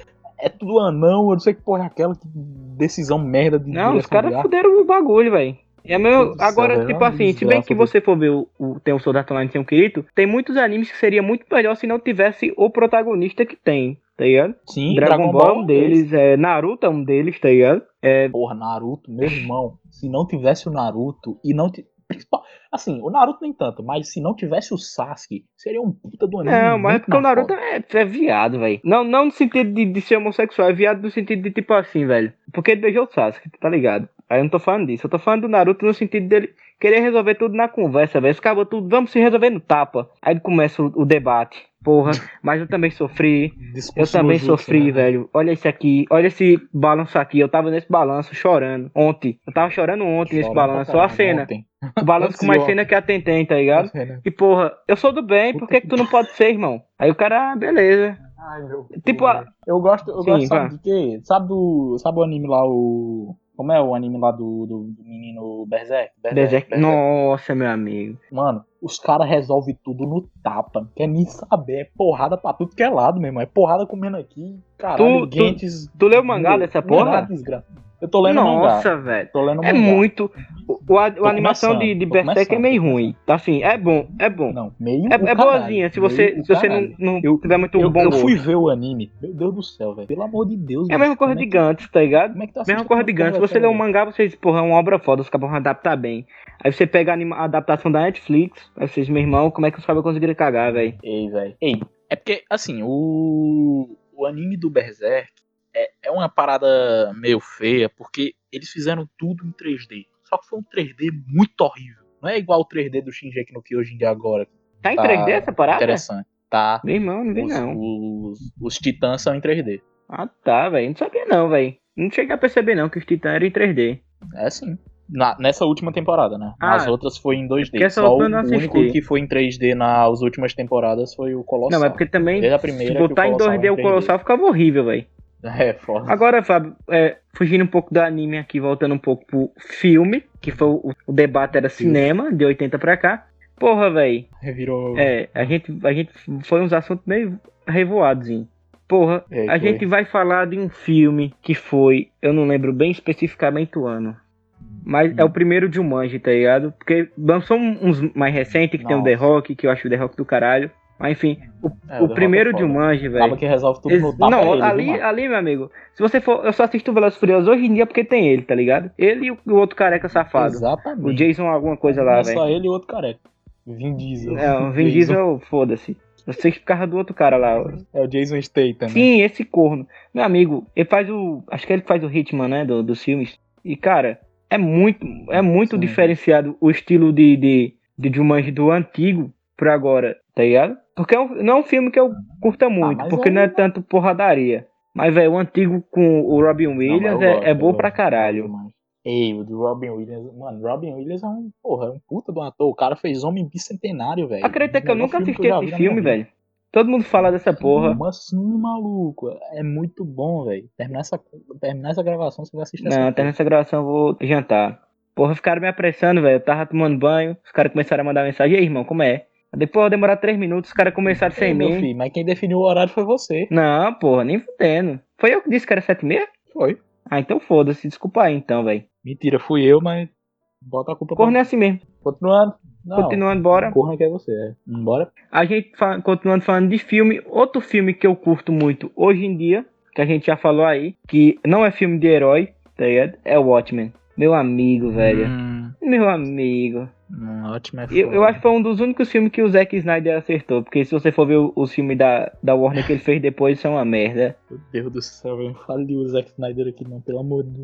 é tudo anão, eu não sei que porra é aquela, que decisão merda de Não, os direção de caras arte. fuderam o bagulho, velho. É Meu meu, Deus do céu, agora, velho, é tipo uma assim, se bem desgraça que desse- você for ver o, o, tem o Sword Art Online sem o Kirito, tem muitos animes que seria muito melhor se não tivesse o protagonista que tem, tá ligado? Sim, Dragon, Ball é um é deles, esse. é, Naruto é um deles, tá ligado? É, Porra, Naruto, meu irmão, se não tivesse o Naruto e não ti- principal, assim, o Naruto nem tanto, mas se não tivesse o Sasuke, seria um puta do anime não, mas é muito porque o mais Naruto foda. é, é viado, velho. Não, não no sentido de, de ser homossexual, é viado no sentido de tipo assim, velho. Porque ele beijou o Sasuke, tá ligado? Aí eu não tô falando disso, eu tô falando do Naruto no sentido dele querer resolver tudo na conversa, velho. Acabou tudo, vamos se resolver no tapa. Aí começa o, o debate. Porra, mas eu também sofri. Eu Discurso também no jutsu, sofri, né? velho. Olha esse aqui, olha esse balanço aqui. Eu tava nesse balanço chorando ontem. Eu tava chorando ontem nesse Chorando pra balanço. Olha a caralho, cena. ontem. O balanço Antes com de mais ontem. cena que a Tentem, tá ligado? A cena. E porra, eu sou do bem, por Puta que, que tu não pode ser, irmão? Aí o cara, ah, beleza. Ai, meu Tipo, a- Eu gosto, eu Sim, gosto, sabe vá. de quê? Sabe do. Sabe o anime lá, o. Como é o anime lá do, do, do menino Berserk? Berserk. Berserk. Nossa, meu amigo. Mano, os caras resolvem tudo no tapa. Não quer nem saber. É porrada pra tudo que é lado, meu irmão. É porrada comendo aqui. Caralho, Tu, tu, Gentes. tu leu o mangá dessa porra? Não, desgraça. Eu tô lendo mangá. Nossa, velho. Tô lendo É mangá. muito. O, o- a, a animação de, começando, de tô Berserk é começando, meio tô ruim. Tá assim, é bom, é bom. Não, meio É, o é caralho, boazinha, se você, meio o se você não, caralho. não Eu, tiver muito eu, bom eu fui gosto. ver o anime. Meu Deus do céu, velho. Pelo amor de Deus, É a mesma bicho, coisa como de é que- Gantz, tá ligado? Como é que tu Mesma assiste coisa de aquela Gantz. Se porra você lê um daquela, mangá, você diz, porra, é uma obra foda, os caras vão adaptar bem. Aí você pega a, anima- a adaptação da Netflix, aí vocês, meu irmão, como é que os caras conseguiram cagar, velho? Ei, velho. Ei, é porque, assim, o, o anime do Berserk é, é uma parada meio feia, porque eles fizeram tudo em três D. Só que foi um três D muito horrível. Não é igual o três D do Shingeki no Kyojin de agora. Tá em Tá três D essa parada? interessante. Tá. Meu irmão, não vi Os, não. os, os titãs são em três D. Ah, tá, velho. Não sabia não, velho. Não cheguei a perceber não que os Titãs eram em três D. É sim. Na- nessa última temporada, né? Ah, Nas outras foi em dois D. porque essa Só outra o, eu não o único assisti. que foi em três D nas últimas temporadas foi o Colossal. Não, mas porque também, Desde a se primeira que o botar em Colossal dois D é em o três D. Colossal ficava horrível, velho. É, foda. Agora, Fábio, é, fugindo um pouco do anime aqui, voltando um pouco pro filme, que foi o, o debate era cinema, de oitenta pra cá. Porra, velho. Revirou. É, a gente, a gente foi uns assuntos meio revoados, hein? Porra, É, a foi. gente vai falar de um filme que foi, eu não lembro bem especificamente o ano, mas Hum. é o primeiro Jumanji, tá ligado? Porque lançou uns mais recentes, que tem o The Nossa. Rock, que eu acho o The Rock do caralho. Mas enfim, o, É, o The primeiro Rock é foda. Jumanji, Acaba velho. que resolve tudo Ex- no tapa. Não, é ele, ali, viu, mano? ali, meu amigo. Se você for. Eu só assisto Velozes e Furiosos hoje em dia porque tem ele, tá ligado? Ele e o, o outro careca safado. Exatamente. O Jason, alguma coisa Não lá, é só velho. ele e outro careca. Vin Diesel. É, o Vin Jason. Diesel, foda-se. Eu sei que ficava do outro cara lá. É o Jason Statham, né? Sim, esse corno. Meu amigo, ele faz o. Acho que ele faz o Hitman, né? Do, dos filmes. E, cara, é muito. É muito Sim. diferenciado o estilo de, de, de Jumanji do antigo pra agora, tá ligado? Porque é um- não é um filme que eu curta muito, mas porque aí- não é tanto porradaria. Mas, velho, o antigo com o Robin Não, mas Williams eu é, gosto, é eu bom pra gosto, caralho. eu gosto demais. Ei, o do Robin Williams, mano, Robin Williams é um, porra, é um puta do ator. O cara fez Homem Bicentenário, velho. Acredita que eu O melhor nunca filme assisti eu já esse vi na filme, minha vida. velho. Todo mundo fala dessa porra. Como assim, maluco? É muito bom, velho. Terminar essa, terminar essa gravação, você vai assistir essa Não, até porra. nessa gravação eu vou jantar. Porra, ficaram me apressando, velho. Eu tava tomando banho, os caras começaram a mandar mensagem. E aí, irmão, como é? Depois eu demorar três minutos, os caras começaram sem Ei, meu mim. filho, mas quem definiu o horário foi você. Não, porra, nem fudendo. Foi eu que disse que era sete e meia? Foi. Ah, então foda-se. Desculpa aí, então, velho. Mentira, fui eu, mas bota a culpa Corno é pra... assim mesmo. Continuando. Não, Continuando, bora. corno que é você, é. Bora. A gente, fa- continuando falando de filme, outro filme que eu curto muito hoje em dia, que a gente já falou aí, que não é filme de herói, tá ligado? É o Watchmen. Meu amigo, velho. Hum, Meu amigo. hum, ótimo, é Eu, eu acho que foi um dos únicos filmes que o Zack Snyder acertou. Porque se você for ver o- os filmes da, da Warner que ele fez depois, são uma merda. Meu Deus do céu, eu não fale o Zack Snyder aqui não, pelo amor de Deus.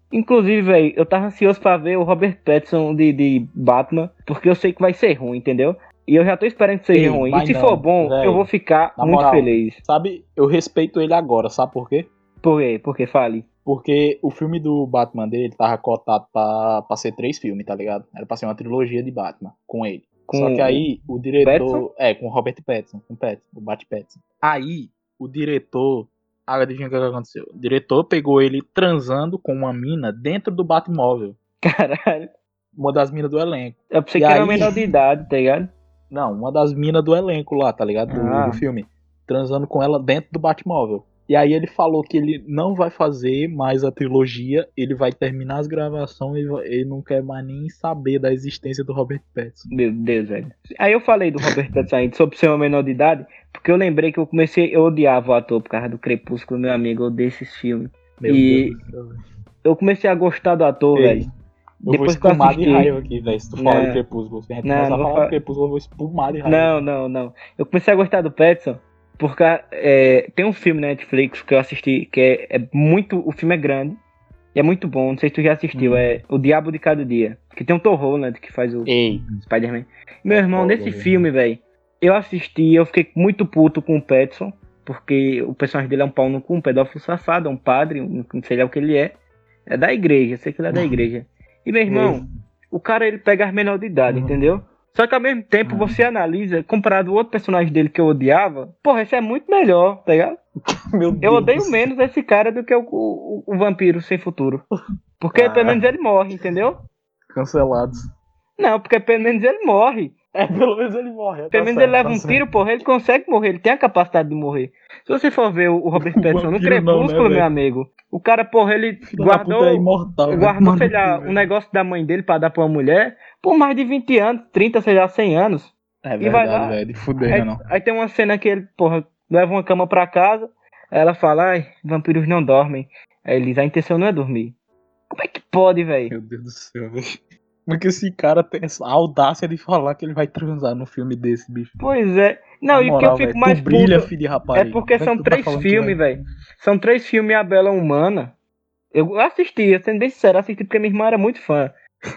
Inclusive, velho, eu tava ansioso pra ver o Robert Pattinson de, de Batman, porque eu sei que vai ser ruim, entendeu? E eu já tô esperando que seja Ei, ruim. E vai se não, for bom, velho. eu vou ficar Na muito moral, feliz. sabe, eu respeito ele agora, sabe por quê? Por quê? Porque fale. Porque o filme do Batman dele tava cotado pra, pra ser três filmes, tá ligado? Era pra ser uma trilogia de Batman com ele. Com Só que o aí o diretor. É, com o Robert Pattinson, com o Pattinson, o Bat Pattinson. Aí o diretor. Ah, adivinha o que aconteceu? O diretor pegou ele transando com uma mina dentro do Batmóvel. Caralho. Uma das minas do elenco. Eu pensei E que era aí- menor de idade, tá ligado? Não, uma das minas do elenco lá, tá ligado? Do, Ah. do filme. Transando com ela dentro do Batmóvel. E aí ele falou que ele não vai fazer mais a trilogia, ele vai terminar as gravações e vai- ele não quer mais nem saber da existência do Robert Pattinson. Meu Deus, velho. Aí eu falei do Robert Pattinson aí, sobre ser uma menor de idade, porque eu lembrei que eu comecei, eu odiava o ator por causa do Crepúsculo, meu amigo, eu odeio esses filmes. Meu E Deus do céu, velho. eu comecei a gostar do ator, Ei, velho. Eu vou Depois que eu espumar de assisti. raiva aqui, velho. Se tu falar Não. de Crepúsculo, se a gente Não, começar não a vou falar falar- de Crepúsculo, eu vou espumar de raiva. Não, não, não. Eu comecei a gostar do Pattinson porque é, tem um filme na Netflix que eu assisti que é, é muito. O filme é grande e é muito bom. Não sei se tu já assistiu. Hum. É O Diabo de Cada Dia. Que tem o Tom Holland que faz o Ei, Spider-Man. Meu irmão, Foda, nesse velho. filme, velho, eu assisti, eu fiquei muito puto com o Pattinson, porque o personagem dele é um pau no cu, um pedófilo safado, é um padre, um, não sei lá o que ele é. É da igreja, sei que ele é da igreja. E meu irmão, o cara ele pega as menores de idade, Uhum. entendeu? Só que ao mesmo tempo Uhum. você analisa, comparado ao outro personagem dele que eu odiava, porra, esse é muito melhor, tá ligado? meu Eu Deus odeio do céu. menos esse cara do que o, o, o vampiro sem futuro. Porque Ah. pelo menos ele morre, entendeu? Cancelados. Não, porque pelo menos ele morre. É, pelo menos ele morre. Pelo menos ele leva um tiro, porra, ele consegue morrer, ele tem a capacidade de morrer. Se você for ver o o Robert O Pattinson no vampiro não, né, Crepúsculo, meu velho? amigo, o cara, porra, ele Filho da puta é guardou, imortal. vai guardou, tomar sei no lá, cu, um velho. negócio da mãe dele pra dar pra uma mulher por mais de vinte anos, trinta, sei lá, cem anos. É E vai verdade, lá. velho. De fuder, Aí, né, não. aí tem uma cena que ele, porra, leva uma cama pra casa, aí ela fala, ai, vampiros não dormem. Aí ele diz, a intenção não é dormir. Como é que pode, velho? Meu Deus do céu, velho. Como é que esse cara tem essa audácia de falar que ele vai transar num filme desse, bicho? Pois é. Não, Na e o moral, que eu fico velho, mais tu brilha, puto filho de é rapariga. porque Como é são que tu tá três falando que filmes, vai- velho. São três filmes A Bela Humana. Eu assisti, sendo bem sincero, assisti porque minha irmã era muito fã.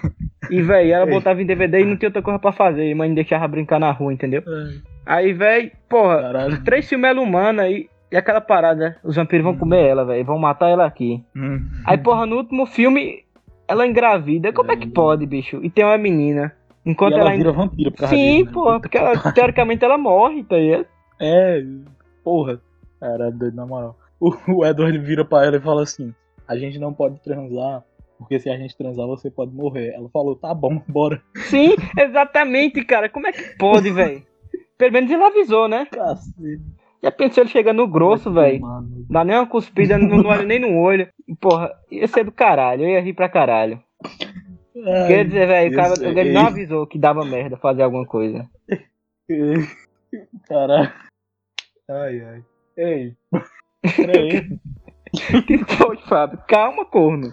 E, velho, ela Ei. botava em D V D e não tinha outra coisa pra fazer. E mãe me deixava brincar na rua, entendeu? Ai, Aí, velho, porra, Caralho. três filmes Ela Humana e, e aquela parada, os vampiros vão comer ela, velho, vão matar ela aqui. Hum. Aí, porra, no último filme, ela engravida. Como é que pode, bicho? E tem uma menina. E Enquanto ela ela vira ainda. vampira por causa Sim, disso, né? porra, Puta porque que ela, pariu. teoricamente ela morre, tá ligado? É, porra. Caralho, doido, na moral. O, o Edward vira pra ela e fala assim: a gente não pode transar, porque se a gente transar você pode morrer. Ela falou: tá bom, bora. Sim, exatamente, cara. Como é que pode, velho? Pelo menos ele avisou, né? Cacete. Já pensou ele chegando no grosso, velho? Dá nem uma cuspida, não, não olha nem no olho. Porra, ia ser do caralho, eu ia rir pra caralho. Quer dizer, velho, o cara ele não avisou que dava merda fazer alguma coisa. Caralho. Ai, ai. Ei. Peraí. Que foi, Fábio? Calma, corno.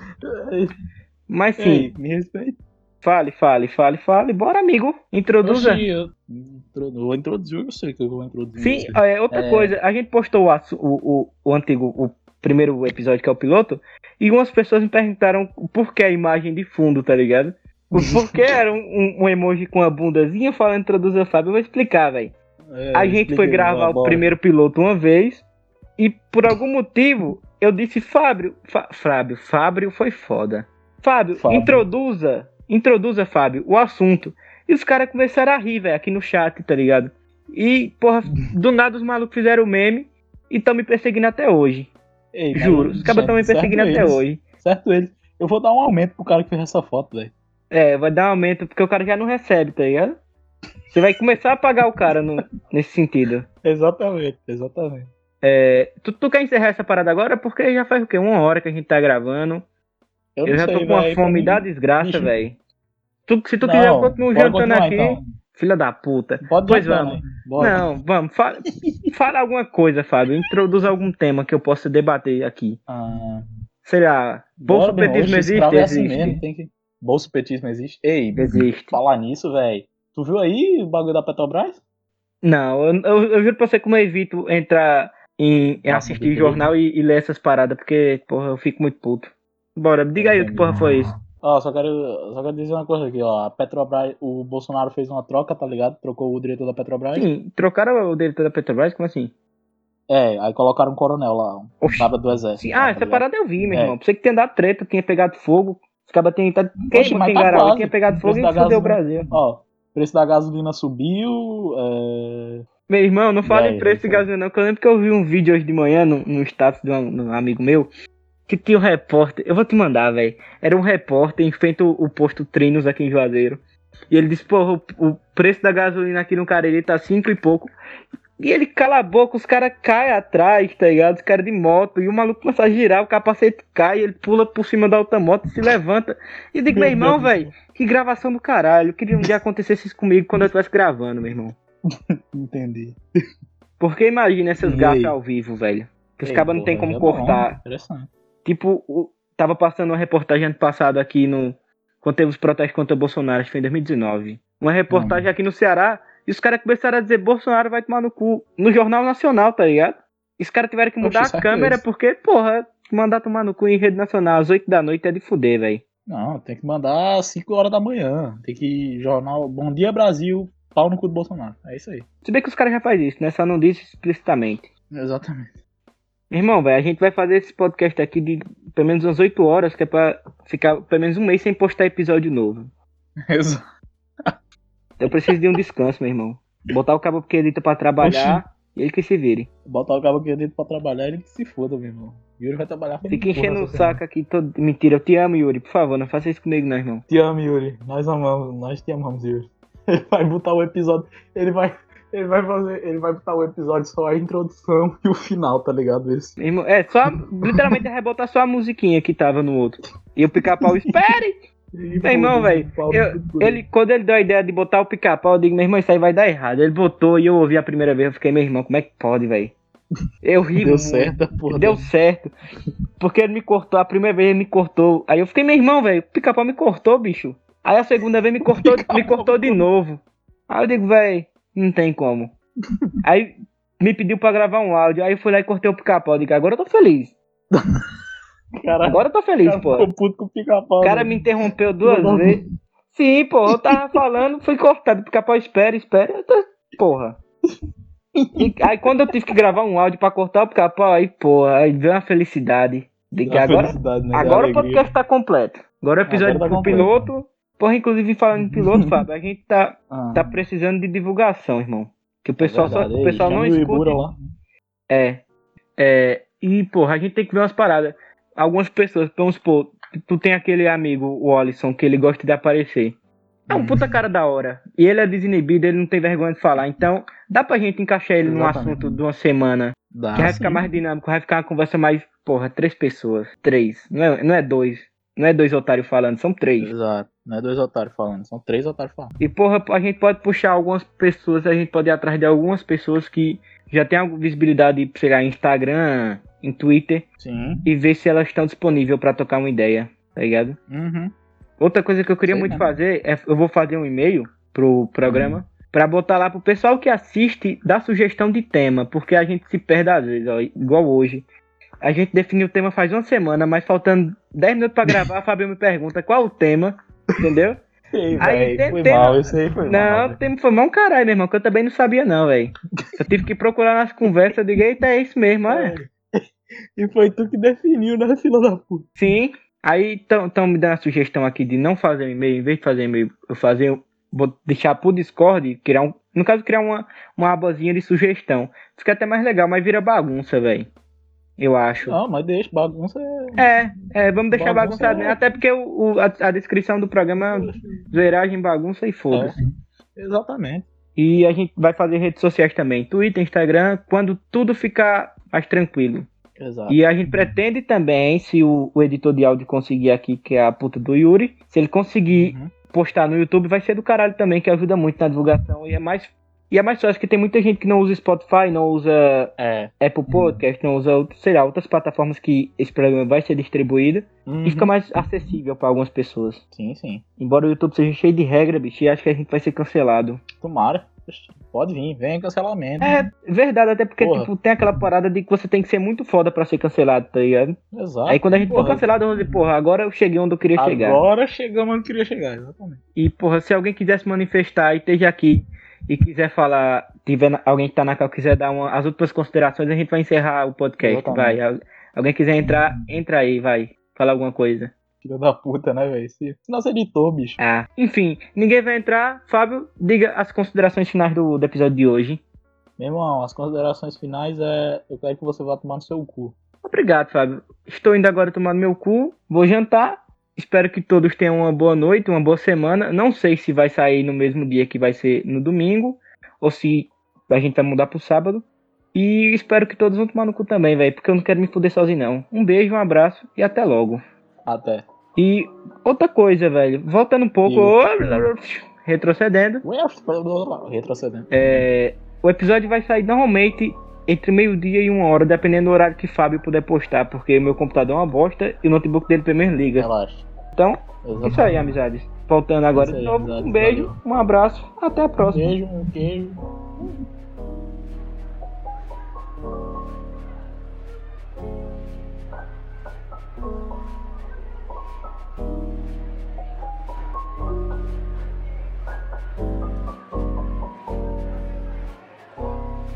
Mas sim, Ei, me respeita. fale, fale, fale, fale. Bora, amigo. Introduza. Oxi, eu introdu- vou introduzir, eu sei que eu vou introduzir. Sim, você. é, outra É. coisa, a gente postou o, assu- o, o, o antigo, o primeiro episódio que é o piloto, e umas pessoas me perguntaram por que a imagem de fundo, tá ligado? Por por que era um, um- um emoji com a bundazinha falando introduzir o Fábio? Eu vou explicar, velho. É, A gente foi explica aí, gravar vai, o bora. primeiro piloto uma vez, e por algum motivo eu disse Fábio, Fá- Fábio, Fábio foi foda. Fábio, Fábio. introduza, introduza, Fábio, o assunto. E os caras começaram a rir, velho, aqui no chat, tá ligado? E, porra, do nada os malucos fizeram o meme e estão me perseguindo até hoje. Ei, mas, Juro, os cabas estão me certo perseguindo até eles, hoje. Certo ele. Eu vou dar um aumento pro cara que fez essa foto, velho. É, vai dar um aumento porque o cara já não recebe, tá ligado? Você vai começar a pagar o cara no- nesse sentido. Exatamente, exatamente. É, tu, tu quer encerrar essa parada agora? Porque já faz o quê? Uma hora que a gente tá gravando. Eu, não já sei, tô com uma véi, pra fome mim- da desgraça, Ixi. velho. Tu- Se tu Não, quiser, eu continuo bora jantando continuar, aqui. então. Filha da puta. Pode Pois jantar, vamos. né? Bora. Não, vamos. Fala, fala alguma coisa, Fábio. Introduza algum tema que eu possa debater aqui. Ah, Sei lá. bora, meu irmão. Bolsopetismo Oxe, existe? escravo é assim Existe. mesmo, tem que... Bolsopetismo existe? Ei, Existe. falar nisso, velho. Tu viu aí o bagulho da Petrobras? Não, eu, eu, eu juro pra você como eu evito entrar em, em Nossa, assistir de jornal e, e ler essas paradas, porque, porra, eu fico muito puto. Bora, diga aí o que porra foi isso. Ó, só quero, só quero dizer uma coisa aqui, ó. A Petrobras, o Bolsonaro fez uma troca, tá ligado? Trocou o diretor da Petrobras. Sim, trocaram o diretor da Petrobras, como assim? É, aí colocaram um coronel lá, um Oxi. cabo do exército. Sim, lá, ah, tá essa ligado? parada eu vi, meu É. irmão. Pensei que tinha dado treta, tinha pegado fogo. Os cabas tinham tentado Oxi, queima mas quem tá garava, quase. tinha pegado O fogo preço e da fudeu o gasolina- Brasil. Ó, o preço da gasolina subiu, é... Meu irmão, não E fala aí, em preço de aí foi? gasolina não, que eu lembro que eu vi um vídeo hoje de manhã no, no status de um, de um amigo meu, que tinha um repórter, eu vou te mandar, velho. Era um repórter em frente ao, ao posto Trinos aqui em Juazeiro. E ele disse, porra, o, o preço da gasolina aqui no Cariri tá cinco e pouco. E ele cala a boca, os caras caem atrás, tá ligado? Os caras de moto. E o maluco começa a girar, o capacete cai, ele pula por cima da outra moto e se levanta. E eu digo, meu Meu irmão, Deus do velho, que gravação do caralho. Eu queria um dia acontecesse isso comigo quando eu estivesse gravando, meu irmão. Entendi. Porque imagina essas E gafas aí? ao vivo, velho. Que os Ei, cabas não tem porra, como é bom, cortar. Interessante. Tipo, o- tava passando uma reportagem ano passado aqui no. Quando teve os protestos contra o Bolsonaro, acho que foi em dois mil e dezenove. Uma reportagem Hum. aqui no Ceará, e os caras começaram a dizer Bolsonaro vai tomar no cu no Jornal Nacional, tá ligado? E os caras tiveram que mudar Oxe, a câmera certeza. porque, porra, mandar tomar no cu em rede nacional às oito da noite é de fuder, velho. Não, tem que mandar às cinco horas da manhã. Tem que jornal Bom Dia Brasil, pau no cu do Bolsonaro. É isso aí. Se bem que os caras já fazem isso, né? Só não disse explicitamente. Exatamente. Irmão, velho, a gente vai fazer esse podcast aqui de pelo menos umas oito horas, que é pra ficar pelo menos um mês sem postar episódio novo. Exato. Eu preciso de um descanso, meu irmão. Botar o cabo que edita pra trabalhar e ele que se vire. Botar o cabo aqui dentro pra trabalhar, ele que se foda, meu irmão. Yuri vai trabalhar Fica porra enchendo o essa semana. saco aqui todo. Mentira, eu te amo, Yuri. Por favor, não faça isso comigo, não, irmão. Te amo, Yuri. Nós amamos, nós te amamos, Yuri. Ele vai botar o episódio. Ele vai. Ele vai fazer. Ele vai botar o episódio só a introdução e o final, tá ligado? Esse. Meu irmão, é, só. Literalmente é rebotar só a musiquinha que tava no outro. E o pica-pau, espere! Meu irmão, velho, eu- ele, quando ele deu a ideia de botar o pica-pau, eu digo, meu irmão, isso aí vai dar errado. Ele botou e eu ouvi a primeira vez, eu fiquei, meu irmão, como é que pode, velho? Eu ri Deu muito. certo, porra. Deu certo. Porque ele me cortou, a primeira vez ele me cortou. Aí eu fiquei, meu irmão, velho, o pica-pau me cortou, bicho. Aí a segunda vez me cortou, me cortou de novo. Aí eu digo, velho, não tem como. Aí me pediu pra gravar um áudio, aí eu fui lá e cortei o pica-pau. Eu digo, agora eu tô feliz. Cara, Agora eu tô feliz, cara pô. ficou puto com o pica-pau. O cara né? me interrompeu duas Não, não. vezes. Sim, pô, eu tava falando, fui cortado. Pica-pau, espera, espera. Eu tô- Porra. E aí quando eu tive que gravar um áudio pra cortar o pica-pau, aí, porra, aí veio uma felicidade. De que A agora, felicidade, né? agora o A alegria. podcast tá completo. Agora o episódio Agora tá do completo. piloto. Porra, inclusive falando em piloto, Fábio, a gente tá, Ah, tá precisando de divulgação, irmão. Que o pessoal, é só, verdade. o Ei, pessoal não chama o escuta. Ibura lá. É. É. E, porra, a gente tem que ver umas paradas. Algumas pessoas, vamos supor, tu tem aquele amigo, o Alisson, que ele gosta de aparecer. É um Hum. puta cara da hora. E ele é desinibido, ele não tem vergonha de falar. Então, dá pra gente encaixar ele num Exatamente. assunto de uma semana. Dá, Que vai sim. ficar mais dinâmico, vai ficar uma conversa mais, porra, três pessoas. Três. Não é, não é dois. Não é dois otários falando, são três. Exato. Não é dois otários falando, são três otários falando. E, porra, a gente pode puxar algumas pessoas, a gente pode ir atrás de algumas pessoas que já tem alguma visibilidade, sei lá, em Instagram, em Twitter, Sim. e ver se elas estão disponíveis pra trocar uma ideia, tá ligado? Uhum. Outra coisa que eu queria Sei muito mesmo. fazer é, eu vou fazer um e-mail pro programa, pra botar lá pro pessoal que assiste, dar sugestão de tema, porque a gente se perde às vezes, ó, igual hoje. A gente definiu o tema faz uma semana, mas faltando dez minutos pra gravar, a Fabio me pergunta qual o tema, entendeu? Ei, Aí véi, tem- foi tem- mal, esse aí foi mal. Não, velho. tem foi mal um caralho, meu irmão, que eu também não sabia não, velho. Eu tive que procurar nas conversas, eu digo, eita, é isso mesmo, é. E foi tu que definiu, né, fila da puta? Sim. Aí estão me dando a sugestão aqui de não fazer um e-mail, em vez de fazer e-mail, eu fazer, vou deixar pro Discord, criar um, no caso criar uma, uma abazinha de sugestão. Fica até mais legal, mas vira bagunça, velho. Eu acho. Não, mas deixa, bagunça é... É, é, vamos deixar Bagunça bagunçado, é- né? Até porque o, o- a, a descrição do programa é zoeiragem, bagunça e foda-se. É, exatamente. E a gente vai fazer redes sociais também, Twitter, Instagram, quando tudo ficar mais tranquilo. Exato. E a gente pretende também, se o, o editor de áudio conseguir aqui, que é a puta do Yuri, se ele conseguir Uhum. postar no YouTube, vai ser do caralho também, que ajuda muito na divulgação. E é mais, e é mais fácil, que tem muita gente que não usa Spotify, não usa É. Apple Podcast, não usa, sei lá, outras plataformas que esse programa vai ser distribuído. Uhum. E fica mais acessível para algumas pessoas. Sim, sim. Embora o YouTube seja cheio de regra, bicho, e acho que a gente vai ser cancelado. Tomara. Pode vir, vem cancelamento. É verdade, até porque Porra. tipo, tem aquela parada de que você tem que ser muito foda pra ser cancelado, tá ligado? Exato. Aí quando a gente for Porra, cancelado, vamos dizer, porra, agora eu cheguei onde eu queria chegar. Agora chegamos onde eu queria chegar, exatamente. E, porra, se alguém quiser se manifestar e esteja aqui e quiser falar, tiver na- alguém que tá na cal quiser dar uma, as últimas considerações, a gente vai encerrar o podcast. Exatamente. Vai. Al- Alguém quiser entrar, entra aí, vai. Falar alguma coisa. Filho da puta, né, velho? Se... Nosso editor, bicho. Ah, enfim, ninguém vai entrar. Fábio, diga as considerações finais do, do episódio de hoje. Meu irmão, as considerações finais é. Eu quero que você vá tomar no seu cu. Obrigado, Fábio. Estou indo agora tomar no meu cu, vou jantar. Espero que todos tenham uma boa noite, uma boa semana. Não sei se vai sair no mesmo dia que vai ser no domingo, ou se a gente vai mudar pro sábado. E espero que todos vão tomar no cu também, velho, porque eu não quero me fuder sozinho, não. Um beijo, um abraço e até logo. Até. E outra coisa, velho, voltando um pouco, retrocedendo, Retrocedendo. é, o episódio vai sair normalmente entre meio-dia e uma hora, dependendo do horário que Fábio puder postar, porque o meu computador é uma bosta e o notebook dele pelo menos liga. Relaxa. Então, Exatamente. isso aí, amizades. Voltando agora Isso aí, de novo, amizades, um beijo, valeu. um abraço, até a Um próxima. beijo, um queijo.